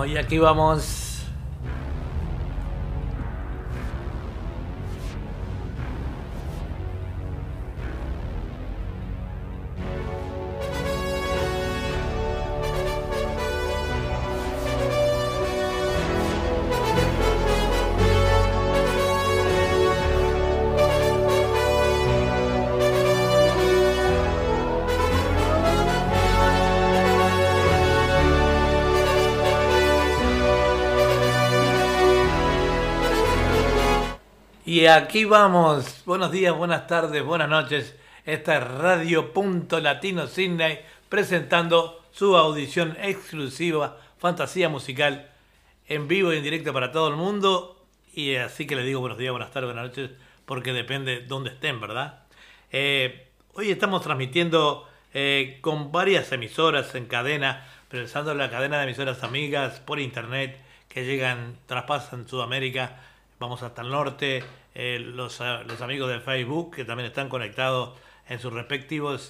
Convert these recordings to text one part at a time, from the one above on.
Bueno, y aquí vamos. Y aquí vamos. Buenos días, buenas tardes, buenas noches. Esta es Radio Punto Latino Sydney presentando su audición exclusiva, fantasía musical, en vivo y en directo para todo el mundo. Y así que les digo buenos días, buenas tardes, buenas noches, porque depende de dónde estén, ¿verdad? Hoy estamos transmitiendo con varias emisoras en cadena, pensando la cadena de emisoras amigas por internet que llegan, traspasan Sudamérica. Vamos hasta el norte, los amigos de Facebook que también están conectados en sus respectivos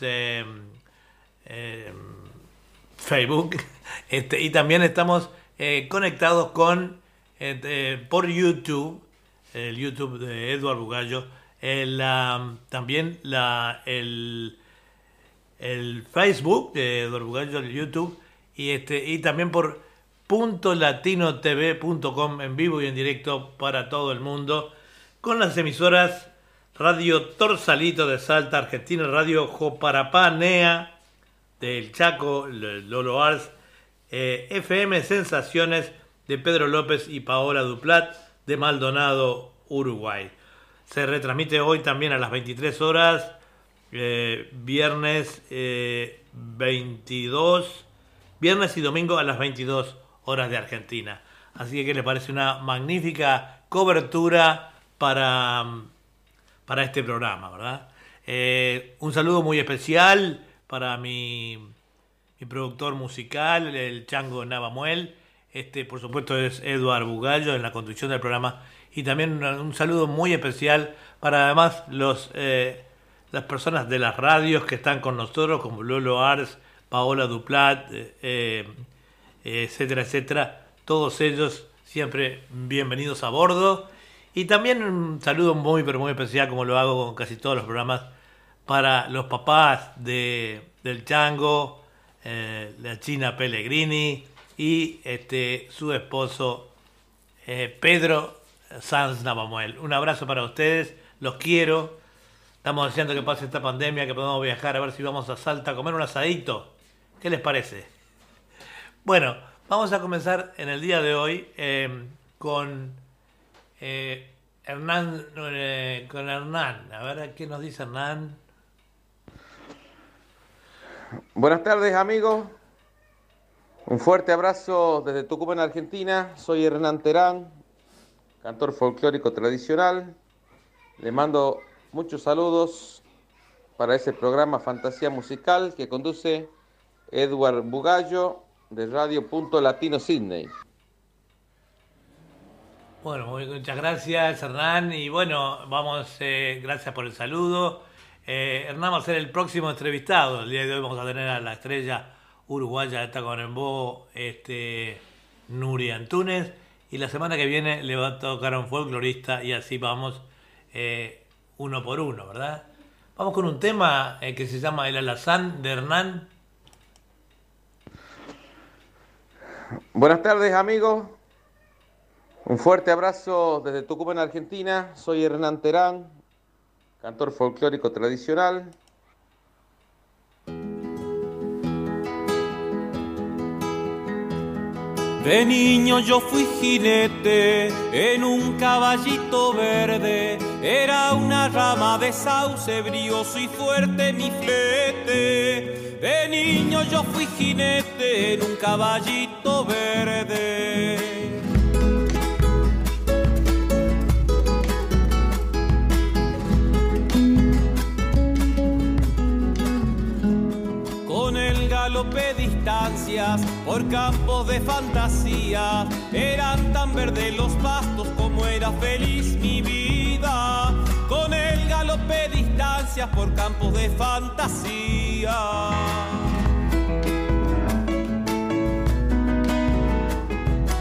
Facebook. Y también estamos conectados con por YouTube, el YouTube de Edward Bugallo, también el Facebook de Edward Bugallo, el YouTube, y también por .latinotv.com en vivo y en directo para todo el mundo, con las emisoras Radio Torsalito de Salta, Argentina, Radio Joparapá Nea del Chaco, Lolo Ars, FM Sensaciones de Pedro López y Paola Duplat de Maldonado, Uruguay. Se retransmite hoy también a las 23 horas, viernes y domingo a las 22 horas de Argentina. Así que, ¿qué les parece? Una magnífica cobertura para este programa, ¿verdad? Un saludo muy especial para mi productor musical, el Chango Navamuel. Por supuesto, es Edward Bugallo en la conducción del programa. Y también un saludo muy especial para además las personas de las radios que están con nosotros, como Lolo Ars, Paola Duplat, etcétera, etcétera. Todos ellos siempre bienvenidos a bordo. Y también un saludo muy, pero muy especial, como lo hago con casi todos los programas, para los papás del Chango, la China Pellegrini y su esposo Pedro Sanz Navamuel. Un abrazo para ustedes, los quiero. Estamos deseando que pase esta pandemia, que podamos viajar, a ver si vamos a Salta a comer un asadito. ¿Qué les parece? Bueno, vamos a comenzar en el día de hoy con Hernán. A ver, ¿qué nos dice Hernán? Buenas tardes, amigos. Un fuerte abrazo desde Tucumán, Argentina. Soy Hernán Terán, cantor folclórico tradicional. Le mando muchos saludos para ese programa Fantasía Musical que conduce Edward Bugallo de Radio Punto Latino Sydney. Bueno, muchas gracias, Hernán. Y bueno, vamos, gracias por el saludo. Hernán va a ser el próximo entrevistado. El día de hoy vamos a tener a la estrella uruguaya de Tacuarembó, Nuri Antunes. Y la semana que viene le va a tocar a un folclorista y así vamos uno por uno, ¿verdad? Vamos con un tema que se llama El Alazán de Hernán. Buenas tardes, amigos. Un fuerte abrazo desde Tucumán, Argentina. Soy Hernán Terán, cantor folclórico tradicional. De niño yo fui jinete en un caballito verde. Era una rama de sauce, brioso y fuerte mi flete. De niño yo fui jinete en un caballito verde. Con el galope distancias por campos de fantasía, eran tan verdes los pastos como era feliz mi vida. Con el galope distancias por campos de fantasía.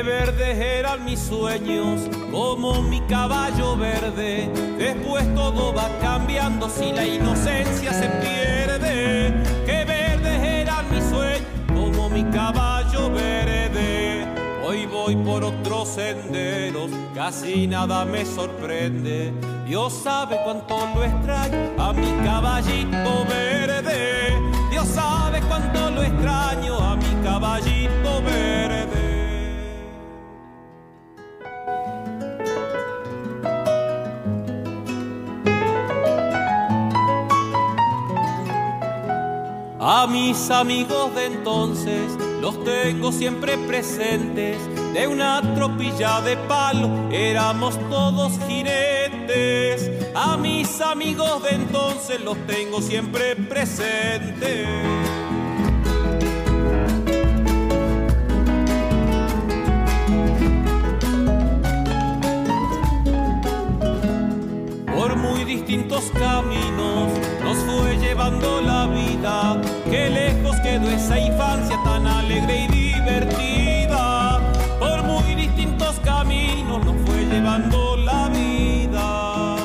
verdes eran mis sueños, como mi caballo verde. Después todo va cambiando si la inocencia se pierde. Qué verdes eran mis sueños, como mi caballo verde. Hoy voy por otros senderos, casi nada me sorprende. Dios sabe cuánto lo extraño a mi caballito verde. Dios sabe cuánto lo extraño a mi caballito verde. A mis amigos de entonces los tengo siempre presentes. De una tropilla de palo éramos todos jinetes. A mis amigos de entonces los tengo siempre presentes. Por muy distintos caminos nos fue llevando la vida. Qué lejos quedó esa infancia tan alegre y divertida. Por muy distintos caminos nos fue llevando la vida.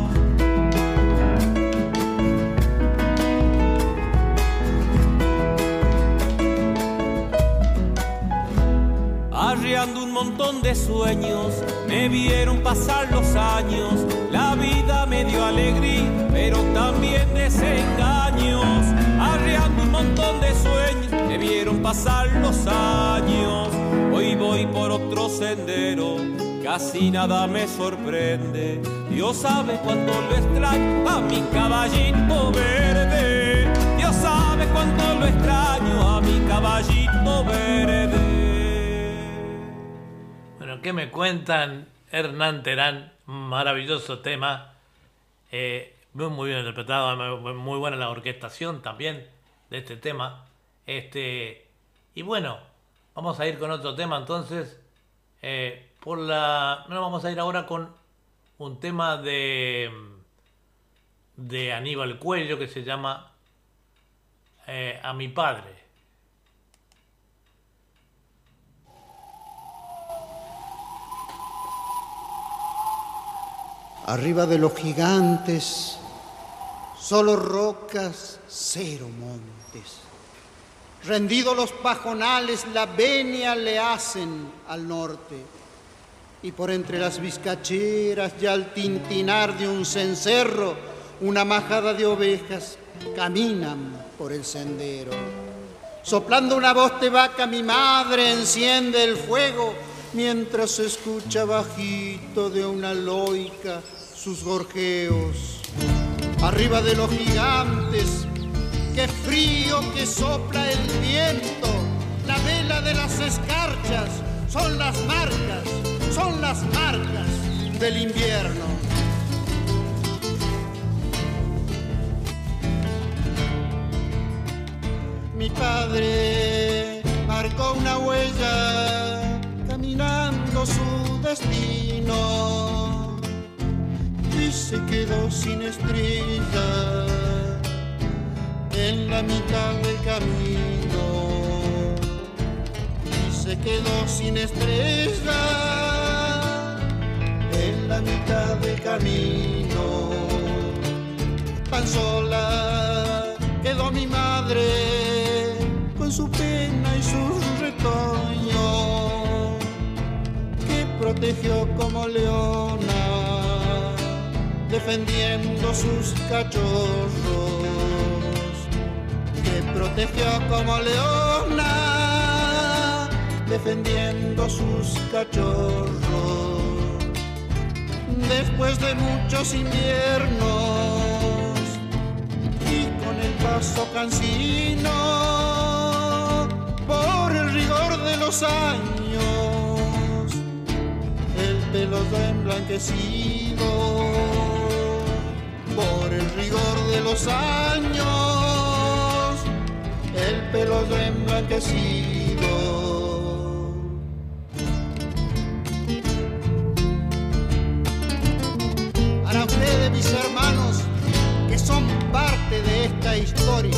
Arriando un montón de sueños, me vieron pasar los años. La vida me dio alegría, pero también desengaños. Arriando un montón de sueños, me vieron pasar los años. Hoy voy por otro sendero, casi nada me sorprende. Dios sabe cuánto lo extraño a mi caballito verde. Dios sabe cuánto lo extraño a mi caballito verde. Bueno, ¿qué me cuentan? Hernán Terán, maravilloso tema, muy bien interpretado, muy buena la orquestación también de este tema. Y bueno, vamos a ir con otro tema entonces. Vamos a ir ahora con un tema de Aníbal Cuello que se llama A mi padre. Arriba de los gigantes, solo rocas, cero montes. Rendidos los pajonales, la venia le hacen al norte. Y por entre las vizcacheras, ya al tintinar de un cencerro, una majada de ovejas caminan por el sendero. Soplando una voz de vaca, mi madre enciende el fuego, mientras se escucha bajito de una loica sus gorjeos. Arriba de los gigantes, qué frío que sopla el viento, la vela de las escarchas son las marcas del invierno. Mi padre marcó una huella caminando su destino y se quedó sin estrella en la mitad del camino. Y se quedó sin estrella en la mitad del camino. Tan sola quedó mi madre con su pena y sus retoños, que protegió como leona, defendiendo sus cachorros, que protegió como leona, defendiendo sus cachorros. Después de muchos inviernos y con el paso cansino, por el rigor de los años, el pelo emblanquecido. Por el rigor de los años, el pelo emblanquecido. Para ustedes, mis hermanos, que son parte de esta historia,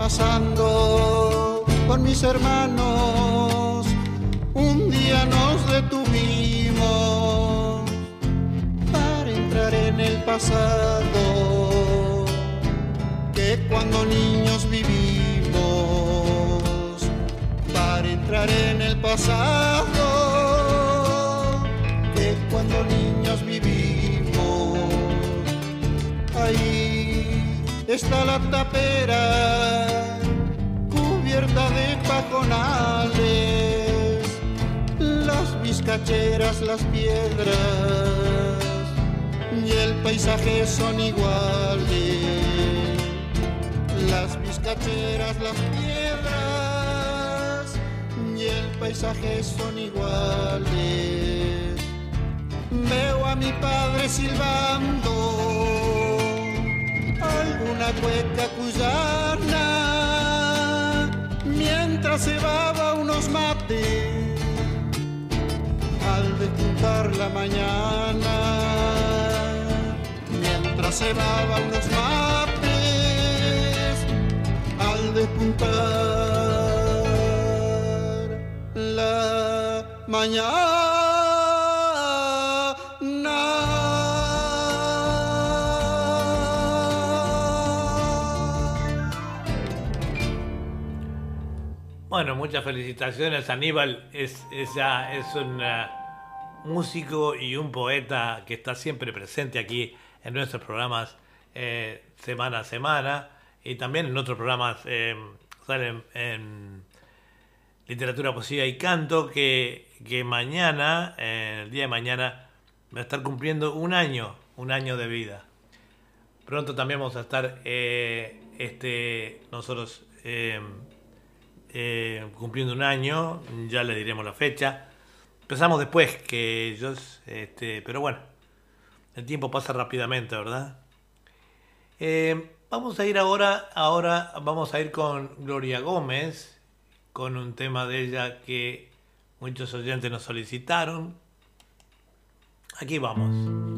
pasando con mis hermanos, un día nos detuvimos para entrar en el pasado que cuando niños vivimos, para entrar en el pasado que cuando niños vivimos. Ahí está la tapera cubierta de pajonales, las vizcacheras, las piedras y el paisaje son iguales. Las vizcacheras, las piedras y el paisaje son iguales. Veo a mi padre silbando alguna cueca cuyana mientras cebaba unos mates al despuntar la mañana. Mientras cebaba unos mates al despuntar la mañana. Bueno, muchas felicitaciones. Aníbal es un músico y un poeta que está siempre presente aquí en nuestros programas semana a semana, y también en otros programas salen en literatura, poesía y canto, que mañana, el día de mañana, va a estar cumpliendo un año de vida. Pronto también vamos a estar nosotros cumpliendo un año, ya le diremos la fecha. Empezamos después que ellos, pero bueno, el tiempo pasa rápidamente, ¿verdad? Vamos a ir ahora vamos a ir con Gloria Gómez, con un tema de ella que muchos oyentes nos solicitaron. Aquí vamos.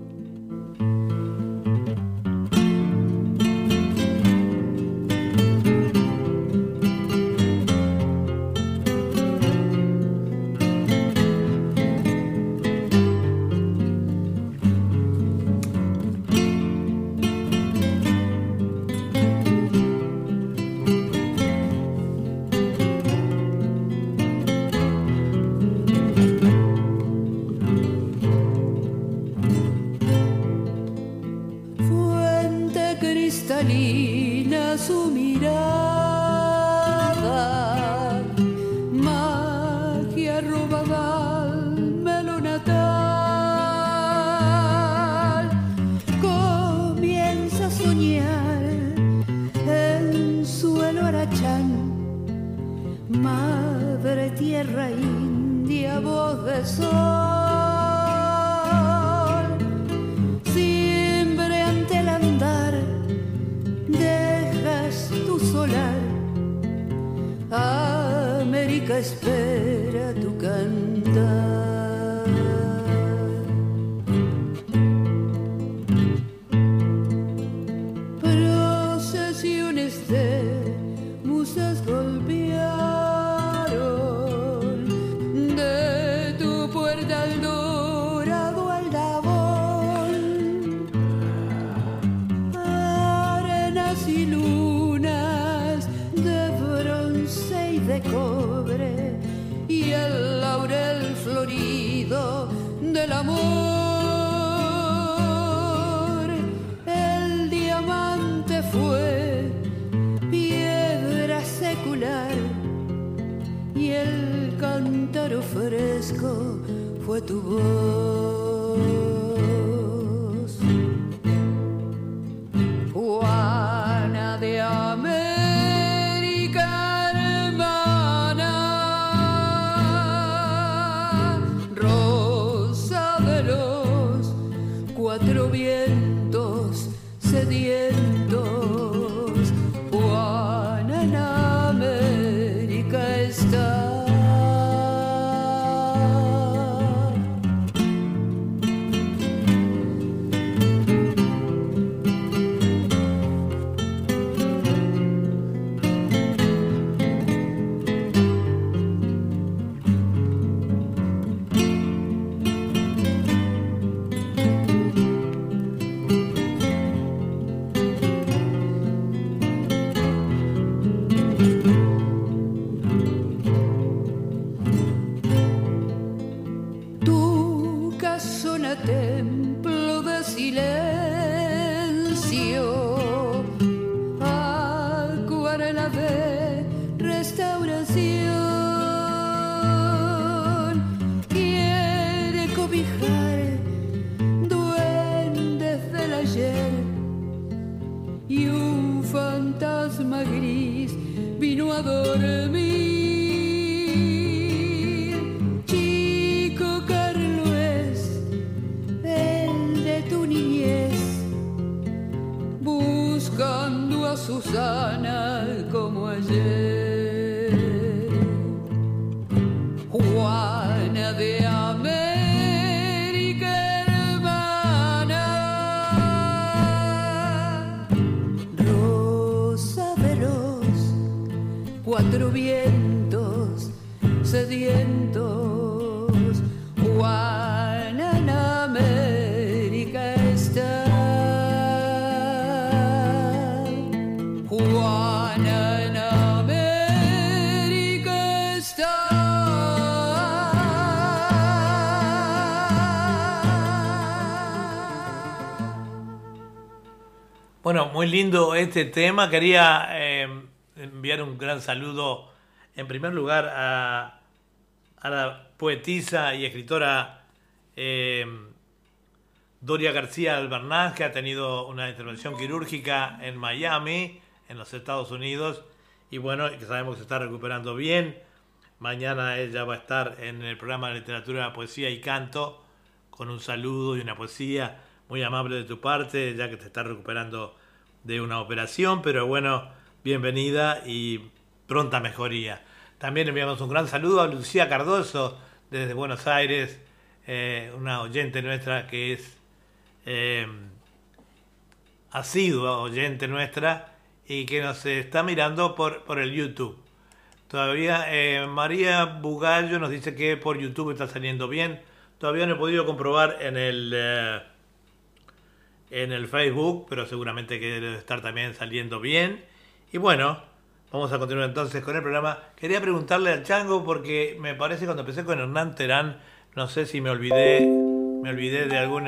Su mirada, magia robada al melo natal, comienza a soñar en suelo arachán, madre tierra india, voz de sol, siempre ante el andar tu solar, América espera tu cantar. Procesiones de musas golpearon de tu puerta al dorado aldabón, arenas y lunas de bronce y de cobre y el laurel florido del amor, el diamante fue piedra secular y el cántaro fresco fue tu voz. Juana de América hermana, rosa de los cuatro vientos sedientos, Juana en América está. fantasma gris vino a dormir. Chico Carlos es el de tu niñez, buscando a Susana como ayer. Juana de América hermana, Rosa veloz, cuatro vientos sedientos, Juana en América está. Juana en América está. Bueno, muy lindo este tema. Quería enviar un gran saludo, en primer lugar, a la poetisa y escritora Doria García Albernaz, que ha tenido una intervención quirúrgica en Miami, en los Estados Unidos, y bueno, que sabemos que se está recuperando bien. Mañana ella va a estar en el programa de literatura, poesía y canto, con un saludo y una poesía muy amable de tu parte, ya que te está recuperando de una operación, pero bueno, bienvenida y pronta mejoría. También enviamos un gran saludo a Lucía Cardoso desde Buenos Aires, una oyente nuestra que es asidua oyente nuestra y que nos está mirando por el YouTube. Todavía María Bugallo nos dice que por YouTube está saliendo bien. Todavía no he podido comprobar en el Facebook, pero seguramente que debe estar también saliendo bien. Y bueno, vamos a continuar entonces con el programa. Quería preguntarle al Chango, porque me parece cuando empecé con Hernán Terán, no sé si me olvidé de algún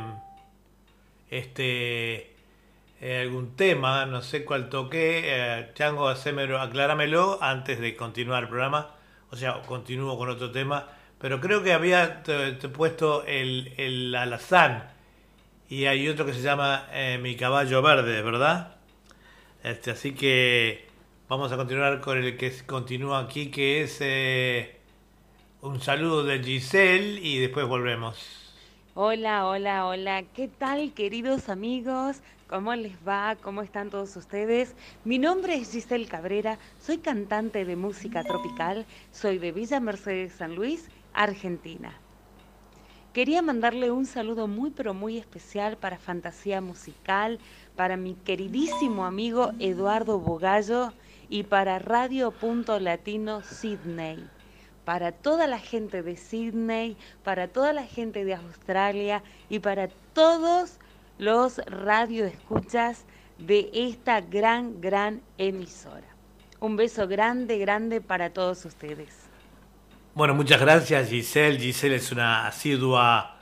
algún tema, no sé cuál toqué. Chango, acláramelo antes de continuar el programa. O sea, continúo con otro tema, pero creo que había te puesto el alazán. Y hay otro que se llama Mi Caballo Verde, ¿verdad? Así que vamos a continuar con el que continúa aquí, que es un saludo de Giselle, y después volvemos. Hola, hola, hola. ¿Qué tal, queridos amigos? ¿Cómo les va? ¿Cómo están todos ustedes? Mi nombre es Giselle Cabrera, soy cantante de música tropical, soy de Villa Mercedes, San Luis, Argentina. Quería mandarle un saludo muy pero muy especial para Fantasía Musical, para mi queridísimo amigo Eduardo Bugallo y para Radio Punto Latino Sydney. Para toda la gente de Sydney, para toda la gente de Australia y para todos los radioescuchas de esta gran emisora. Un beso grande para todos ustedes. Bueno, muchas gracias, Giselle. Giselle es una asidua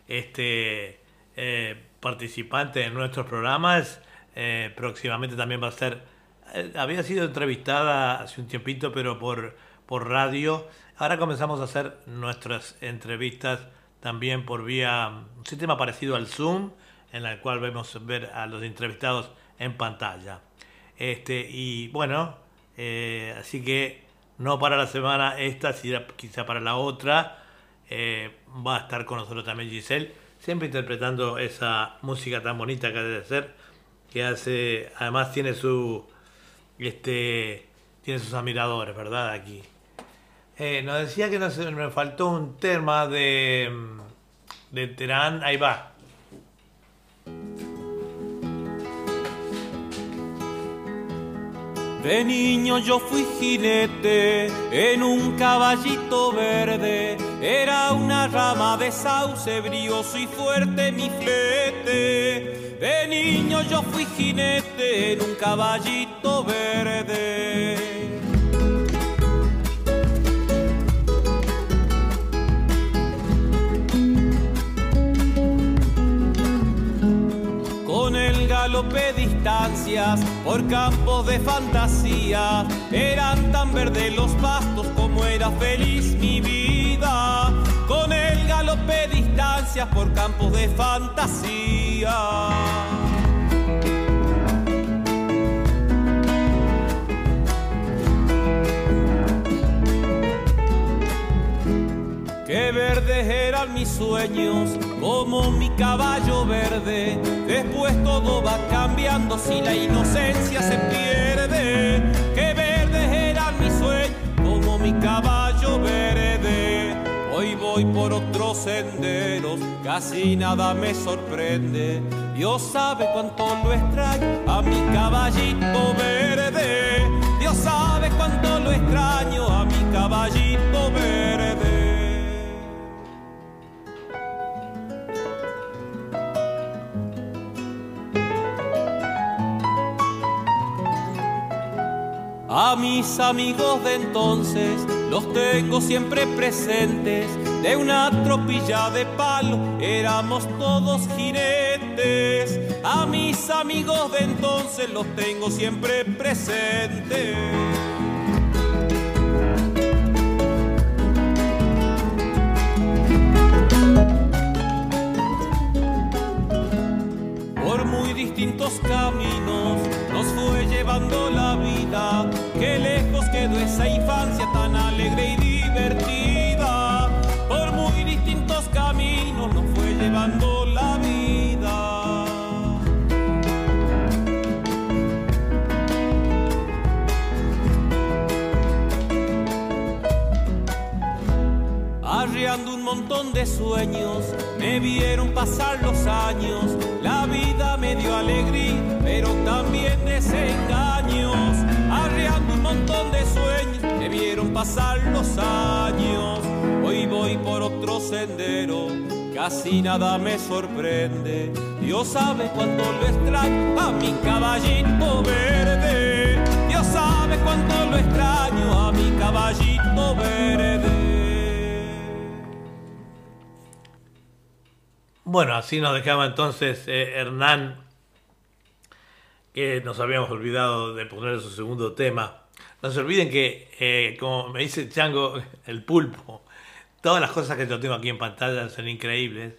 participante en nuestros programas. Próximamente también va a ser... había sido entrevistada hace un tiempito, pero por radio. Ahora comenzamos a hacer nuestras entrevistas también por vía... un sistema parecido al Zoom, en el cual vemos ver a los entrevistados en pantalla. Y bueno, así que... no para la semana esta, quizá para la otra, va a estar con nosotros también Giselle, siempre interpretando esa música tan bonita que debe ser, que hace, además tiene sus admiradores, ¿verdad? Aquí. Nos decía que me faltó un tema de Terán, ahí va. De niño yo fui jinete en un caballito verde, era una rama de sauce, brioso y fuerte mi flete. De niño yo fui jinete en un caballito verde. Con el galope distancias por campos de fantasía, eran tan verdes los pastos como era feliz mi vida. Con el galope distancias por campos de fantasía. mis sueños como mi caballo verde. Después todo va cambiando si la inocencia se pierde. Que verdes eran mis sueños como mi caballo verde. Hoy voy por otros senderos, casi nada me sorprende. Dios sabe cuánto lo extraño a mi caballito verde. Dios sabe cuánto lo extraño a mi caballito verde. A mis amigos de entonces los tengo siempre presentes. De una tropilla de palo éramos todos jinetes. A mis amigos de entonces los tengo siempre presentes. Por muy distintos caminos nos fue llevando la vida. Qué lejos quedó esa infancia tan alegre y divertida. Por muy distintos caminos nos fue llevando la vida. Arriando un montón de sueños, me vieron pasar los años. La vida me dio alegría, pero también desengaños. Arriando un montón de sueños, me vieron pasar los años. Hoy voy por otro sendero, casi nada me sorprende. Dios sabe cuánto lo extraño a mi caballito verde. Dios sabe cuánto lo extraño a mi caballito verde. Bueno, así nos dejaba entonces Hernán, que nos habíamos olvidado de poner su segundo tema. No se olviden que, como me dice Chango, el pulpo, todas las cosas que yo tengo aquí en pantalla son increíbles.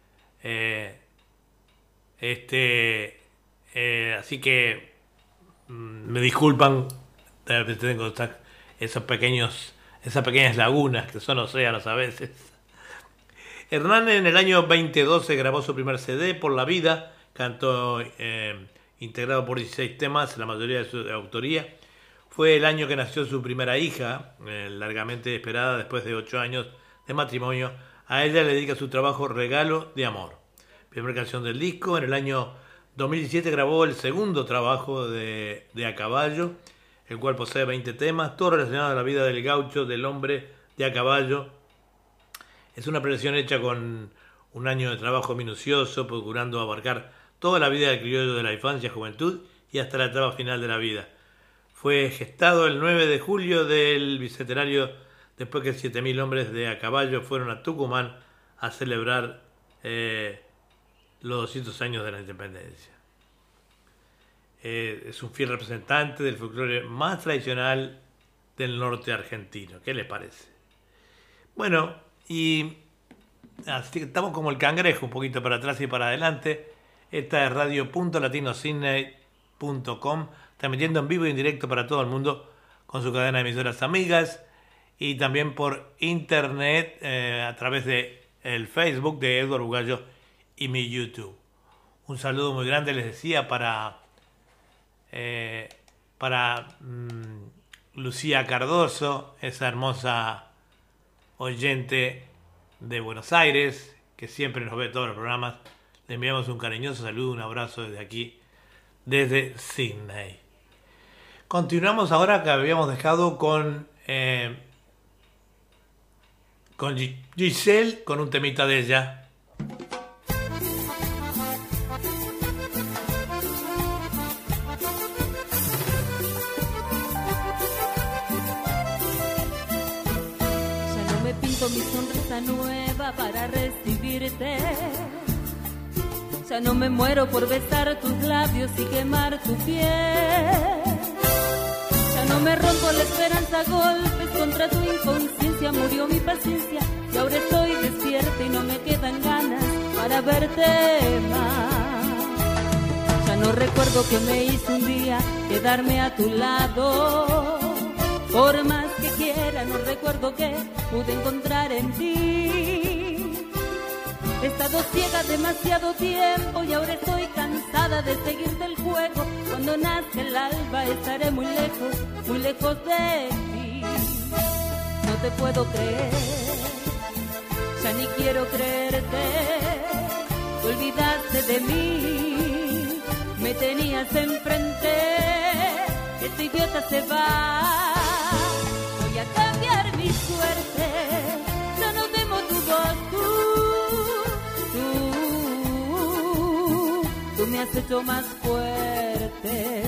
Así que me disculpan, de repente tengo esas pequeñas lagunas que son océanos a veces. Hernán en el año 2012 grabó su primer CD, Por la Vida, cantó integrado por 16 temas, la mayoría de su autoría. Fue el año que nació su primera hija, largamente esperada después de 8 años de matrimonio. A ella le dedica su trabajo Regalo de Amor. Primera canción del disco. En el año 2017 grabó el segundo trabajo de A Caballo, el cual posee 20 temas, todo relacionado a la vida del gaucho, del hombre de a caballo. Es una producción hecha con un año de trabajo minucioso, procurando abarcar toda la vida del criollo de la infancia, juventud y hasta la etapa final de la vida. Fue gestado el 9 de julio del bicentenario, después que 7.000 hombres de a caballo fueron a Tucumán a celebrar los 200 años de la independencia. Es un fiel representante del folclore más tradicional del norte argentino. ¿Qué les parece? Bueno, y así que estamos como el cangrejo, un poquito para atrás y para adelante. Esta es radio.latinosidney.com, transmitiendo en vivo y en directo para todo el mundo con su cadena de emisoras amigas y también por internet a través de el Facebook de Eduardo Bugallo y mi YouTube. Un saludo muy grande, les decía, para Lucía Cardoso, esa hermosa oyente de Buenos Aires, que siempre nos ve todos los programas. Le enviamos un cariñoso saludo, un abrazo desde aquí, desde Sydney. Continuamos ahora, que habíamos dejado con Giselle, con un temita de ella. Mi sonrisa nueva para recibirte. Ya no me muero por besar tus labios y quemar tu piel. Ya no me rompo la esperanza a golpes contra tu inconsciencia. Murió mi paciencia y ahora estoy despierta y no me quedan ganas para verte más. Ya no recuerdo que me hizo un día quedarme a tu lado. Por más que quiera, no recuerdo que pude encontrar en ti. He estado ciega demasiado tiempo y ahora estoy cansada de seguirte el juego. Cuando nazca el alba estaré muy lejos de ti. No te puedo creer, ya ni quiero creerte. Te olvidaste de mí, me tenías enfrente. Este idiota se va, voy a cambiar mi suerte. Ya no temo tu voz, tú me has hecho más fuerte.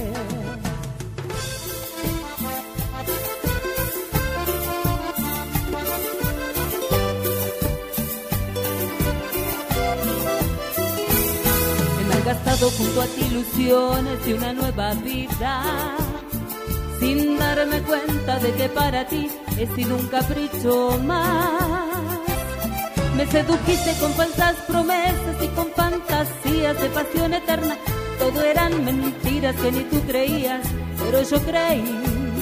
He malgastado junto a ti ilusiones de una nueva vida, sin darme cuenta de que para ti he sido un capricho más. Me sedujiste con falsas promesas y con fantasías de pasión eterna. Todo eran mentiras que ni tú creías, pero yo creí.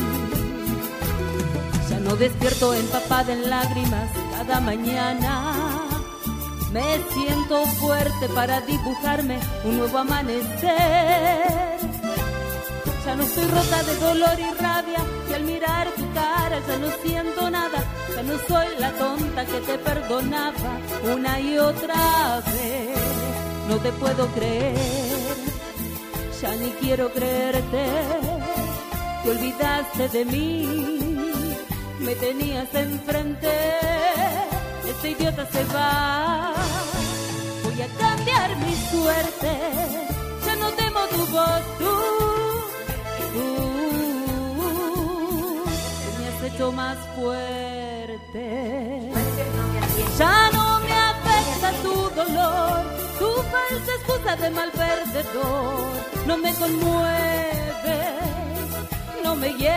Ya no despierto empapada en lágrimas cada mañana. Me siento fuerte para dibujarme un nuevo amanecer. Ya no estoy rota de dolor y rabia, y al mirar tu cara ya no siento nada. Ya no soy la tonta que te perdonaba una y otra vez. No te puedo creer, ya ni quiero creerte. Te olvidaste de mí, me tenías enfrente. Este idiota se va, voy a cambiar mi suerte. Ya no temo tu voz, tú me has hecho más fuerte. Ya no me afecta tu dolor, tu falsa excusa de mal perdedor. No me conmueve, no me hieres.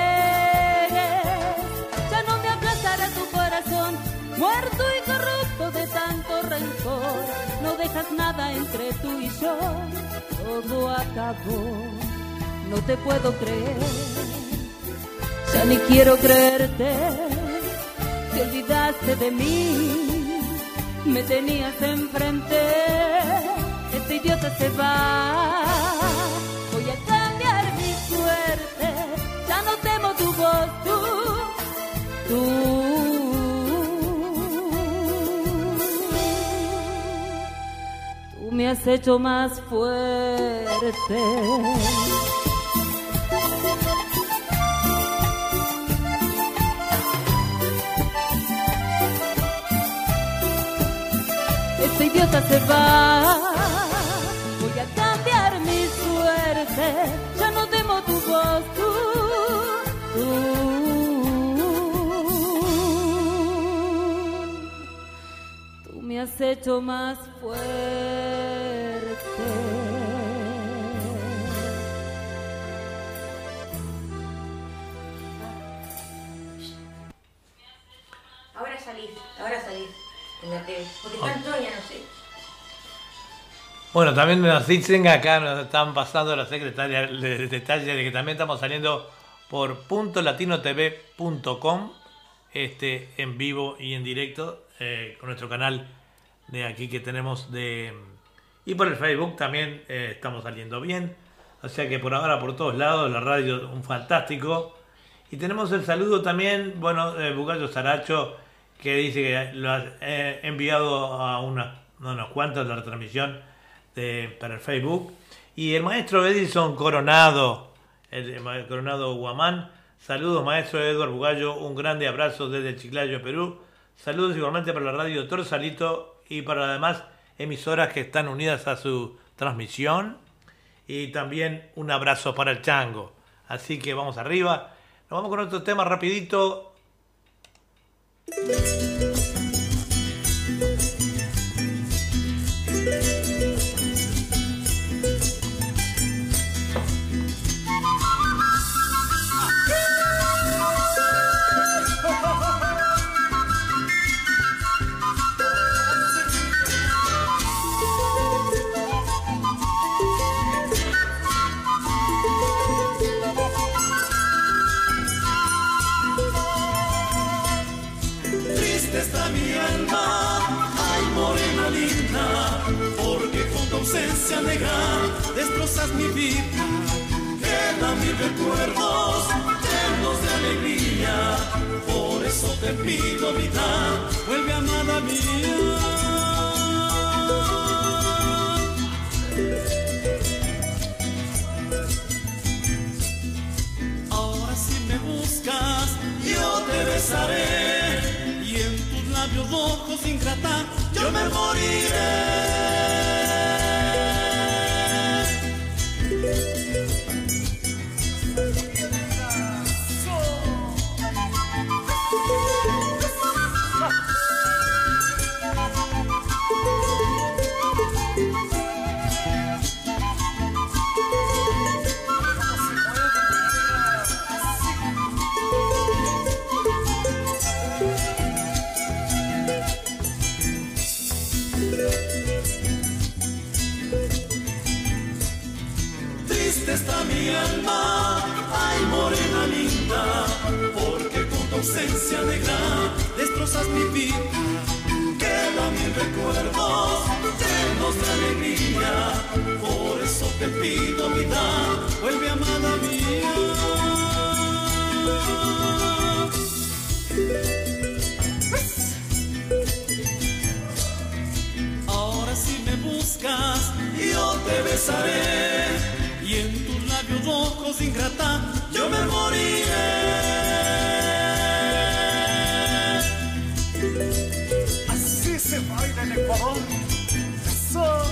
Ya no me aplastará tu corazón, muerto y corrupto de tanto rencor. No dejas nada entre tú y yo, todo acabó. No te puedo creer, ya ni quiero creerte. Te olvidaste de mí, me tenías enfrente. Este idiota se va, voy a cambiar mi suerte. Ya no temo tu voz, tú me has hecho más fuerte. Este idiota se va, voy a cambiar mi suerte. Ya no temo tu voz, tú me has hecho más fuerte. Ahora salís. Porque están todos, ya no sé. Bueno, también nos dicen acá, nos están pasando la secretaria el detalle de que también estamos saliendo por .latinotv.com en vivo y en directo con nuestro canal de aquí que tenemos y por el Facebook también estamos saliendo bien. O sea que por ahora por todos lados la radio un fantástico. Y tenemos el saludo también, bueno, de Bugallo Saracho, que dice que lo ha enviado a unos cuantos de la retransmisión para el Facebook. Y el maestro Edison Coronado, el Coronado Guamán, saludos maestro Eduardo Bugallo, un grande abrazo desde Chiclayo, Perú. Saludos igualmente para la radio Torsalito y para las demás emisoras que están unidas a su transmisión. Y también un abrazo para el Chango. Así que vamos arriba. Nos vamos con otro tema rapidito. ausencia negra, destrozas mi vida, quedan mis recuerdos llenos de alegría. Por eso te pido, vida, vuelve amada mía. Ahora si me buscas, yo te besaré, y en tus labios rojos ingrata, yo me moriré. Está mi alma, ay morena linda, porque con tu ausencia negra destrozas mi vida, quedan mis recuerdos llenos de alegría. Por eso te pido, vida, vuelve amada mía. Ahora si me buscas, yo te besaré, y en tus labios rojos ingrata, yo me moriré. Así se baila en Ecuador. ¡Eso!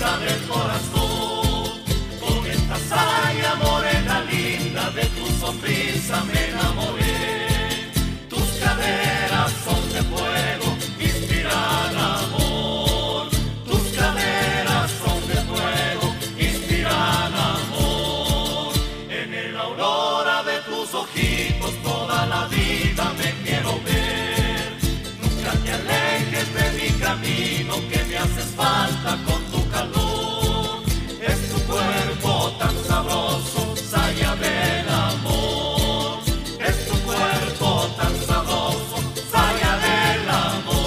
vida del corazón. Con esta saya morena linda de tu sonrisa me enamoré. Tus caderas son de fuego, inspiran amor. Tus caderas son de fuego, inspiran amor. En el aurora de tus ojitos toda la vida me quiero ver. Nunca te alejes de mi camino, que me haces falta con tu calor. Es tu cuerpo tan sabroso, saya del amor. Es tu cuerpo tan sabroso, saya del amor.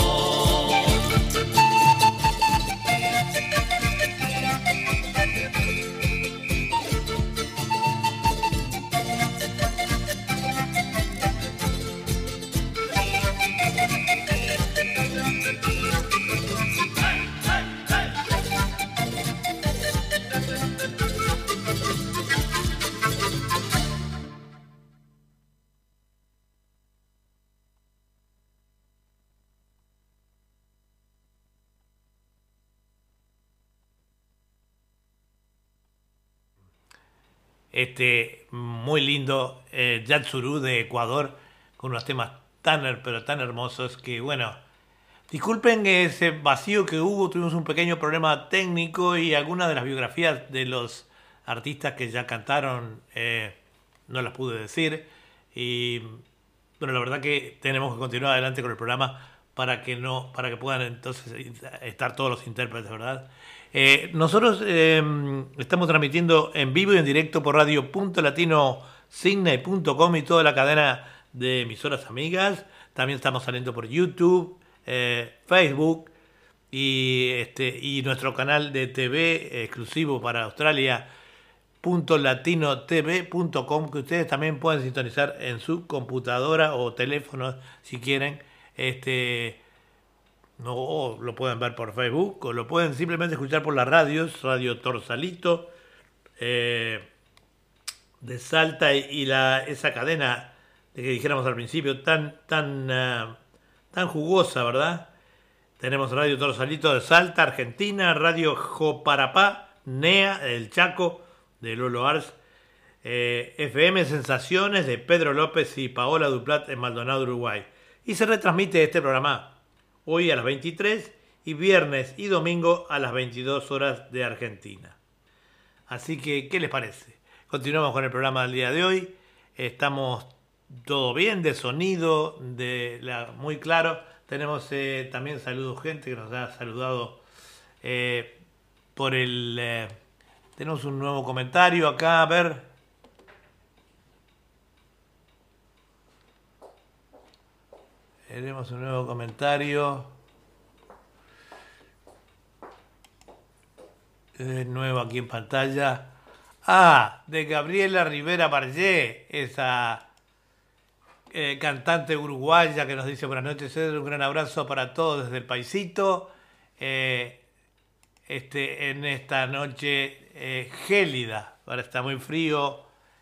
Muy lindo Yatsuru de Ecuador, con unos temas pero tan hermosos que, bueno, disculpen ese vacío que hubo, tuvimos un pequeño problema técnico y algunas de las biografías de los artistas que ya cantaron no las pude decir. Y bueno, la verdad que tenemos que continuar adelante con el programa para que puedan entonces estar todos los intérpretes, ¿verdad? Nosotros estamos transmitiendo en vivo y en directo por radio.latinosignay.com y toda la cadena de emisoras amigas. También estamos saliendo por YouTube, Facebook y nuestro canal de TV exclusivo para Australia, .latinotv.com, que ustedes también pueden sintonizar en su computadora o teléfono si quieren. No, lo pueden ver por Facebook o lo pueden simplemente escuchar por las radios, Radio Torsalito de Salta y esa cadena de que dijéramos al principio tan jugosa, ¿verdad? Tenemos Radio Torsalito de Salta, Argentina, Radio Joparapá, NEA del Chaco, de Lolo Ars, FM Sensaciones de Pedro López y Paola Duplat en Maldonado, Uruguay. Y se retransmite este programa hoy a las 23 y viernes y domingo a las 22 horas de Argentina. Así que, ¿qué les parece? Continuamos con el programa del día de hoy. Estamos todo bien, de sonido, muy claro. Tenemos también saludos, gente que nos ha saludado tenemos un nuevo comentario acá, a ver. Tenemos un nuevo comentario. De nuevo aquí en pantalla. De Gabriela Rivera Barllé, esa cantante uruguaya que nos dice buenas noches, un gran abrazo para todos desde el paisito. En esta noche gélida, ahora está muy frío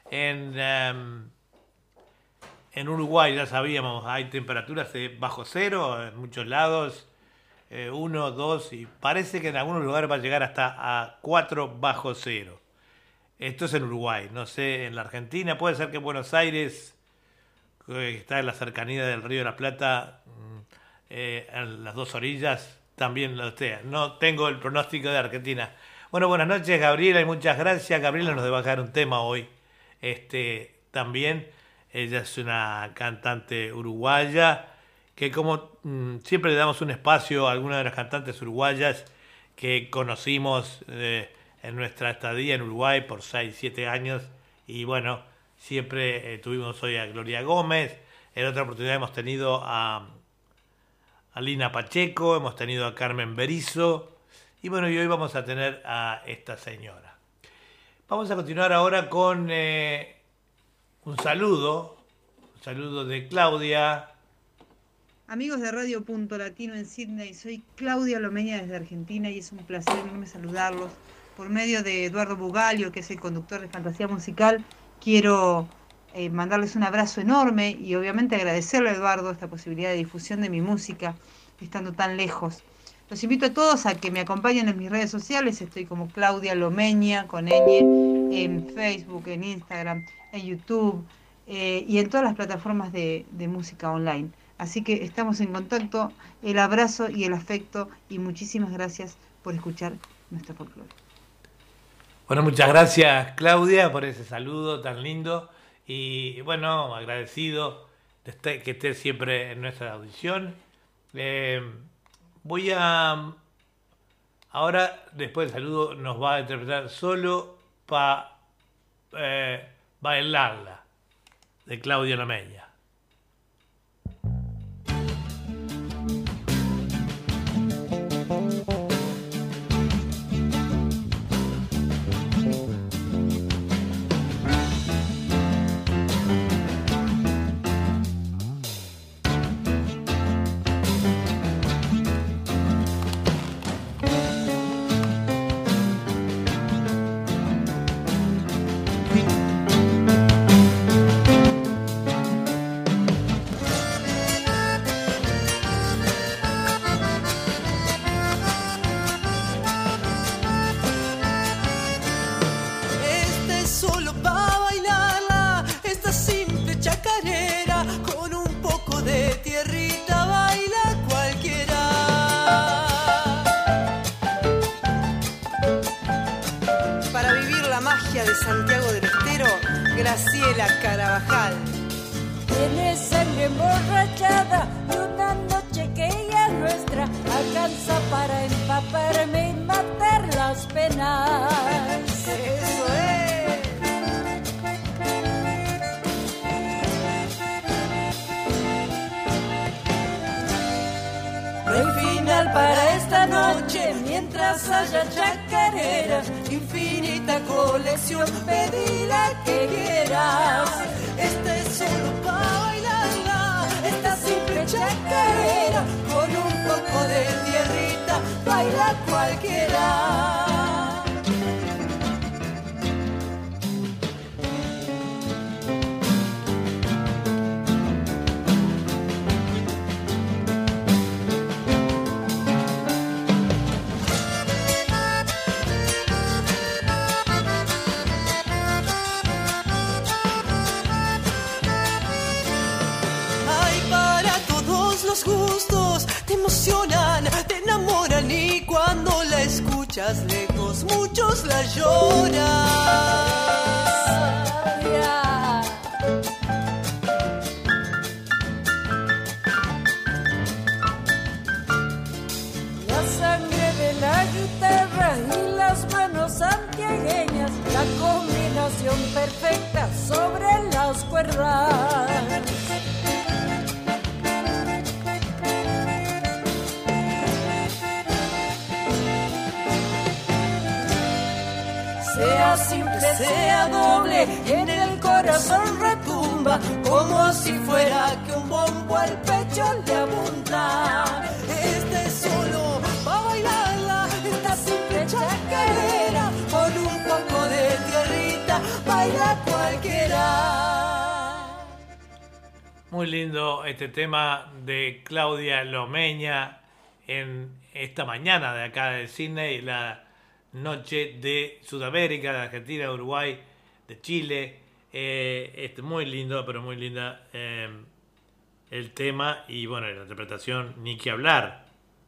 en Uruguay, ya sabíamos, hay temperaturas bajo cero en muchos lados, 1, 2, y parece que en algunos lugares va a llegar hasta a 4 bajo cero. Esto es en Uruguay, no sé, en la Argentina, puede ser que en Buenos Aires, que está en la cercanía del Río de la Plata, en las dos orillas, también lo esté. No tengo el pronóstico de Argentina. Bueno, buenas noches, Gabriela, y muchas gracias. Gabriela nos va a dejar un tema hoy. También, ella es una cantante uruguaya, que como siempre le damos un espacio a alguna de las cantantes uruguayas que conocimos en nuestra estadía en Uruguay por 6, 7 años. Y bueno, siempre tuvimos hoy a Gloria Gómez. En otra oportunidad hemos tenido a Lina Pacheco, hemos tenido a Carmen Berizo. Y bueno, y hoy vamos a tener a esta señora. Vamos a continuar ahora con un saludo de Claudia. Amigos de Radio Punto Latino en Sydney, soy Claudia Lomeña desde Argentina y es un placer enorme saludarlos. Por medio de Eduardo Bugalio, que es el conductor de Fantasía Musical, quiero mandarles un abrazo enorme y obviamente agradecerle a Eduardo esta posibilidad de difusión de mi música, estando tan lejos. Los invito a todos a que me acompañen en mis redes sociales. Estoy como Claudia Lomeña con ñ en Facebook, en Instagram, en YouTube y en todas las plataformas de música online. Así que estamos en contacto. El abrazo y el afecto y muchísimas gracias por escuchar nuestro folclore. Bueno, muchas gracias Claudia por ese saludo tan lindo y bueno, agradecido de que estés siempre en nuestra audición. Voy a... Ahora, después del saludo, nos va a interpretar Solo para bailarla, de Claudia Lomeña. Santiago del Estero, Graciela Carabajal. Tiene sangre emborrachada y una noche que ella es nuestra alcanza para empaparme y matar las penas. Eso es. No hay final para esta noche mientras haya chacareras. Infinita colección, pedí la que quieras. Esta es solo para bailarla, esta simple chacarera. Con un poco de tierrita, baila cualquiera. Los gustos te emocionan, te enamoran y cuando la escuchas lejos muchos la lloran. La sangre de la guitarra y las manos santiagueñas, la combinación perfecta sobre las cuerdas. Sea simple, sea doble, en el corazón retumba, como si fuera que un bombo al pecho le apunta. Este es solo para bailarla, esta simple chacarera, con un poco de tierrita, baila cualquiera. Muy lindo este tema de Claudia Lomeña en esta mañana de acá de Sydney, la noche de Sudamérica, de Argentina, de Uruguay, de Chile. Muy lindo, pero muy linda el tema y bueno, la interpretación ni que hablar.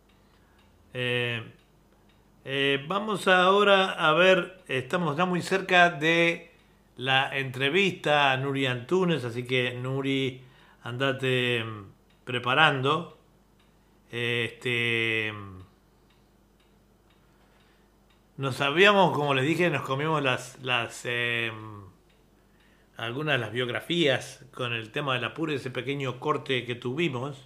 Vamos ahora a ver, estamos ya muy cerca de la entrevista a Nuri Antunes, así que Nuri, andate preparando. Nos habíamos, como les dije, nos comimos algunas de las biografías con el tema del apuro, ese pequeño corte que tuvimos.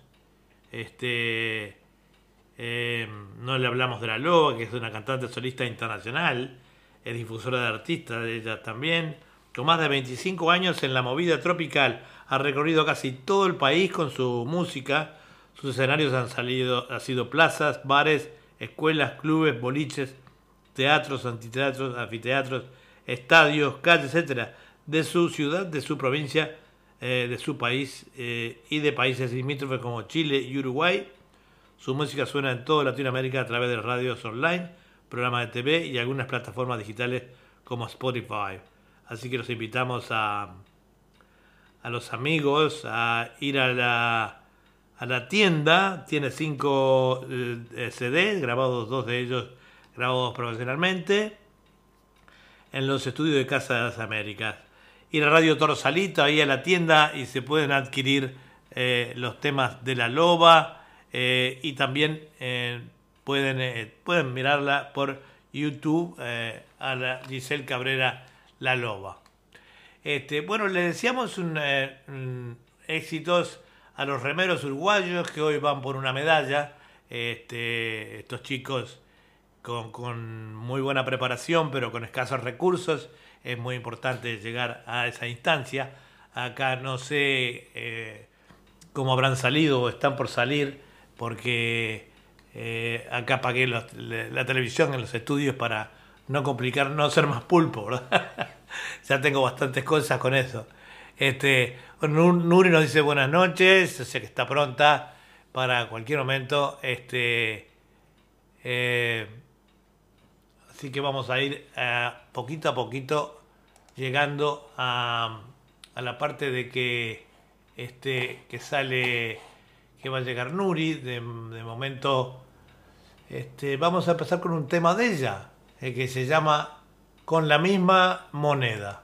No le hablamos de La Loba, que es una cantante solista internacional, es difusora de artistas, de ella también. Con más de 25 años en la movida tropical, ha recorrido casi todo el país con su música. Sus escenarios han sido plazas, bares, escuelas, clubes, boliches, teatros, anfiteatros, estadios, calles, etcétera, de su ciudad, de su provincia, de su país y de países limítrofes como Chile y Uruguay. Su música suena en toda Latinoamérica a través de radios online, programas de TV y algunas plataformas digitales como Spotify. Así que los invitamos a los amigos a ir a la tienda. Tiene 5 CDs grabados, 2 de ellos grabados profesionalmente en los estudios de Casa de las Américas. Ir a Radio Torsalito, ahí a la tienda, y se pueden adquirir los temas de La Loba, y también pueden mirarla por YouTube a la Giselle Cabrera La Loba. Bueno, le deseamos éxitos a los remeros uruguayos que hoy van por una medalla. Estos chicos con muy buena preparación, pero con escasos recursos. Es muy importante llegar a esa instancia. Acá no sé cómo habrán salido o están por salir, porque acá pagué la televisión en los estudios para no complicar, no ser más pulpo, ¿verdad? Ya tengo bastantes cosas con eso. Nuri nos dice buenas noches, sé que está pronta para cualquier momento. Así que vamos a ir poquito a poquito llegando a la parte de que sale, que va a llegar Nuri. De momento vamos a empezar con un tema de ella, que se llama Con la misma moneda.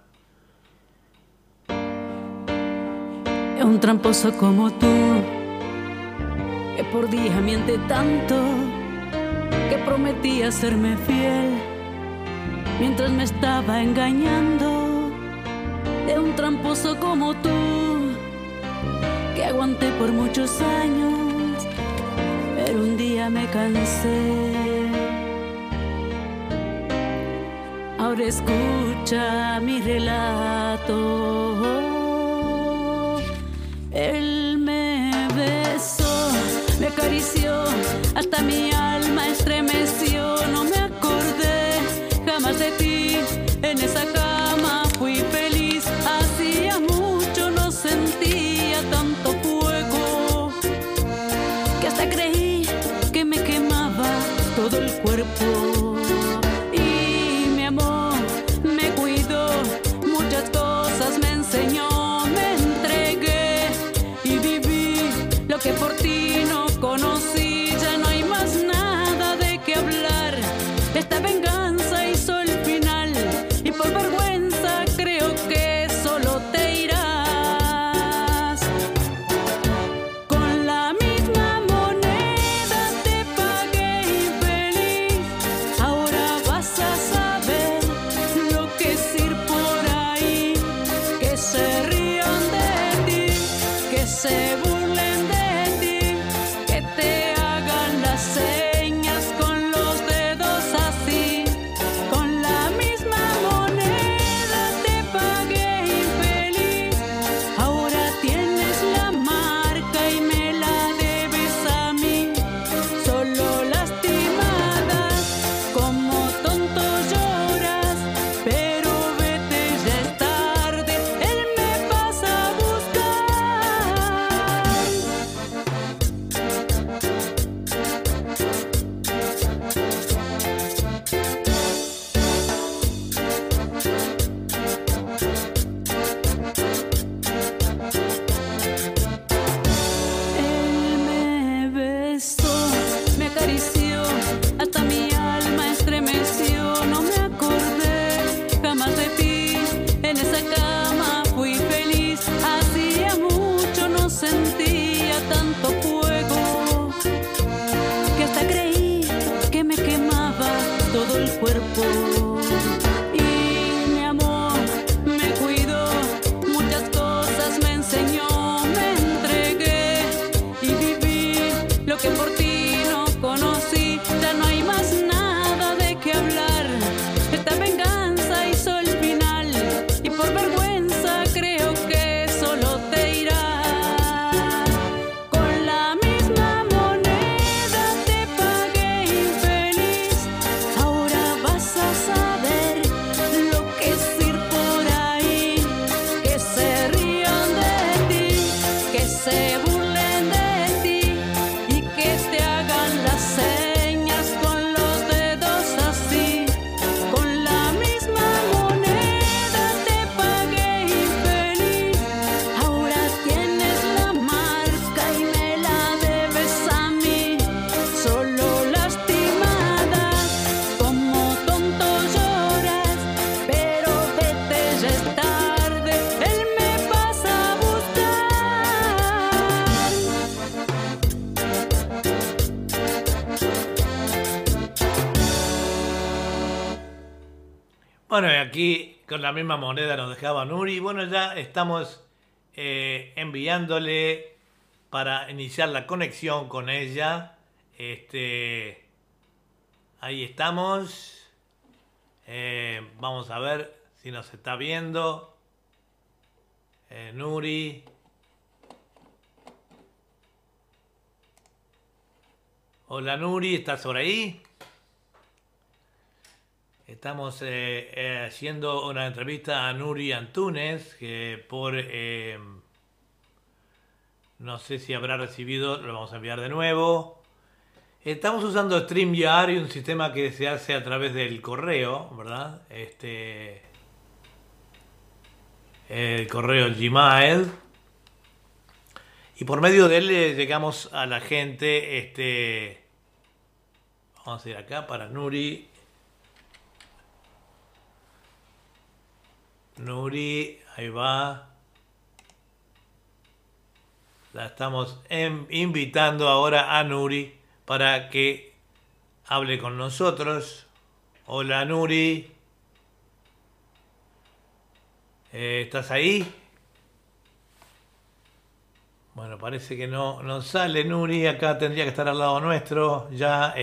Es un tramposo como tú, que por día miente tanto, que prometía serme fiel mientras me estaba engañando. De un tramposo como tú, que aguanté por muchos años, pero un día me cansé. Ahora escucha mi relato. Él me besó, me acarició, hasta mi alma estremeció. No me acordé jamás de ti, en esa cama fui feliz. Hacía mucho no sentía tanto fuego, que hasta creí que me quemaba todo el cuerpo. Y mi amor me cuidó, muchas cosas me enseñó, me entregué y viví lo que por ti no conocí. Ya no hay más nada de qué hablar, esta venganza hizo el final, y por vergüenza creo que solo te irás. Con la misma moneda te pagué infeliz, ahora vas a saber lo que es ir por ahí, que se rían de ti, que se burlen de ti, que te hagan las señas con los dedos así. Con la misma moneda te pagué infeliz, ahora tienes la marca y me la debes a mí. Solo lastimadas, como tonto lloras, pero vete, ya es tarde, él me pasa a buscar. Él me besó, me acarició, hasta mi alma estremeció. No me acordé jamás de ti, en esa cama fui feliz. Hacía mucho no sentía tanto fuego, que hasta creí que me quemaba todo el cuerpo. Y mi amor me cuidó, muchas cosas me enseñó, me entregué y viví lo que por ti no conocí. Ya no hay más nada de qué hablar, esta venganza hizo el final, y por vergüenza creo que solo te irás. Con la misma moneda te pagué infeliz, ahora vas a saber Bueno, y aquí con la misma moneda nos dejaba Nuri. Bueno, ya estamos enviándole para iniciar la conexión con ella. Ahí estamos. Vamos a ver si nos está viendo. Nuri. Hola Nuri, ¿estás por ahí? Estamos haciendo una entrevista a Nuri Antunes, que por... no sé si habrá recibido, lo vamos a enviar de nuevo. Estamos usando StreamYard, un sistema que se hace a través del correo, ¿verdad? El correo Gmail. Y por medio de él llegamos a la gente. Vamos a ir acá para Nuri. Nuri, ahí va. La estamos invitando ahora a Nuri para que hable con nosotros. Hola Nuri. ¿Estás ahí? Bueno, parece que no sale Nuri. Acá tendría que estar al lado nuestro. Ya,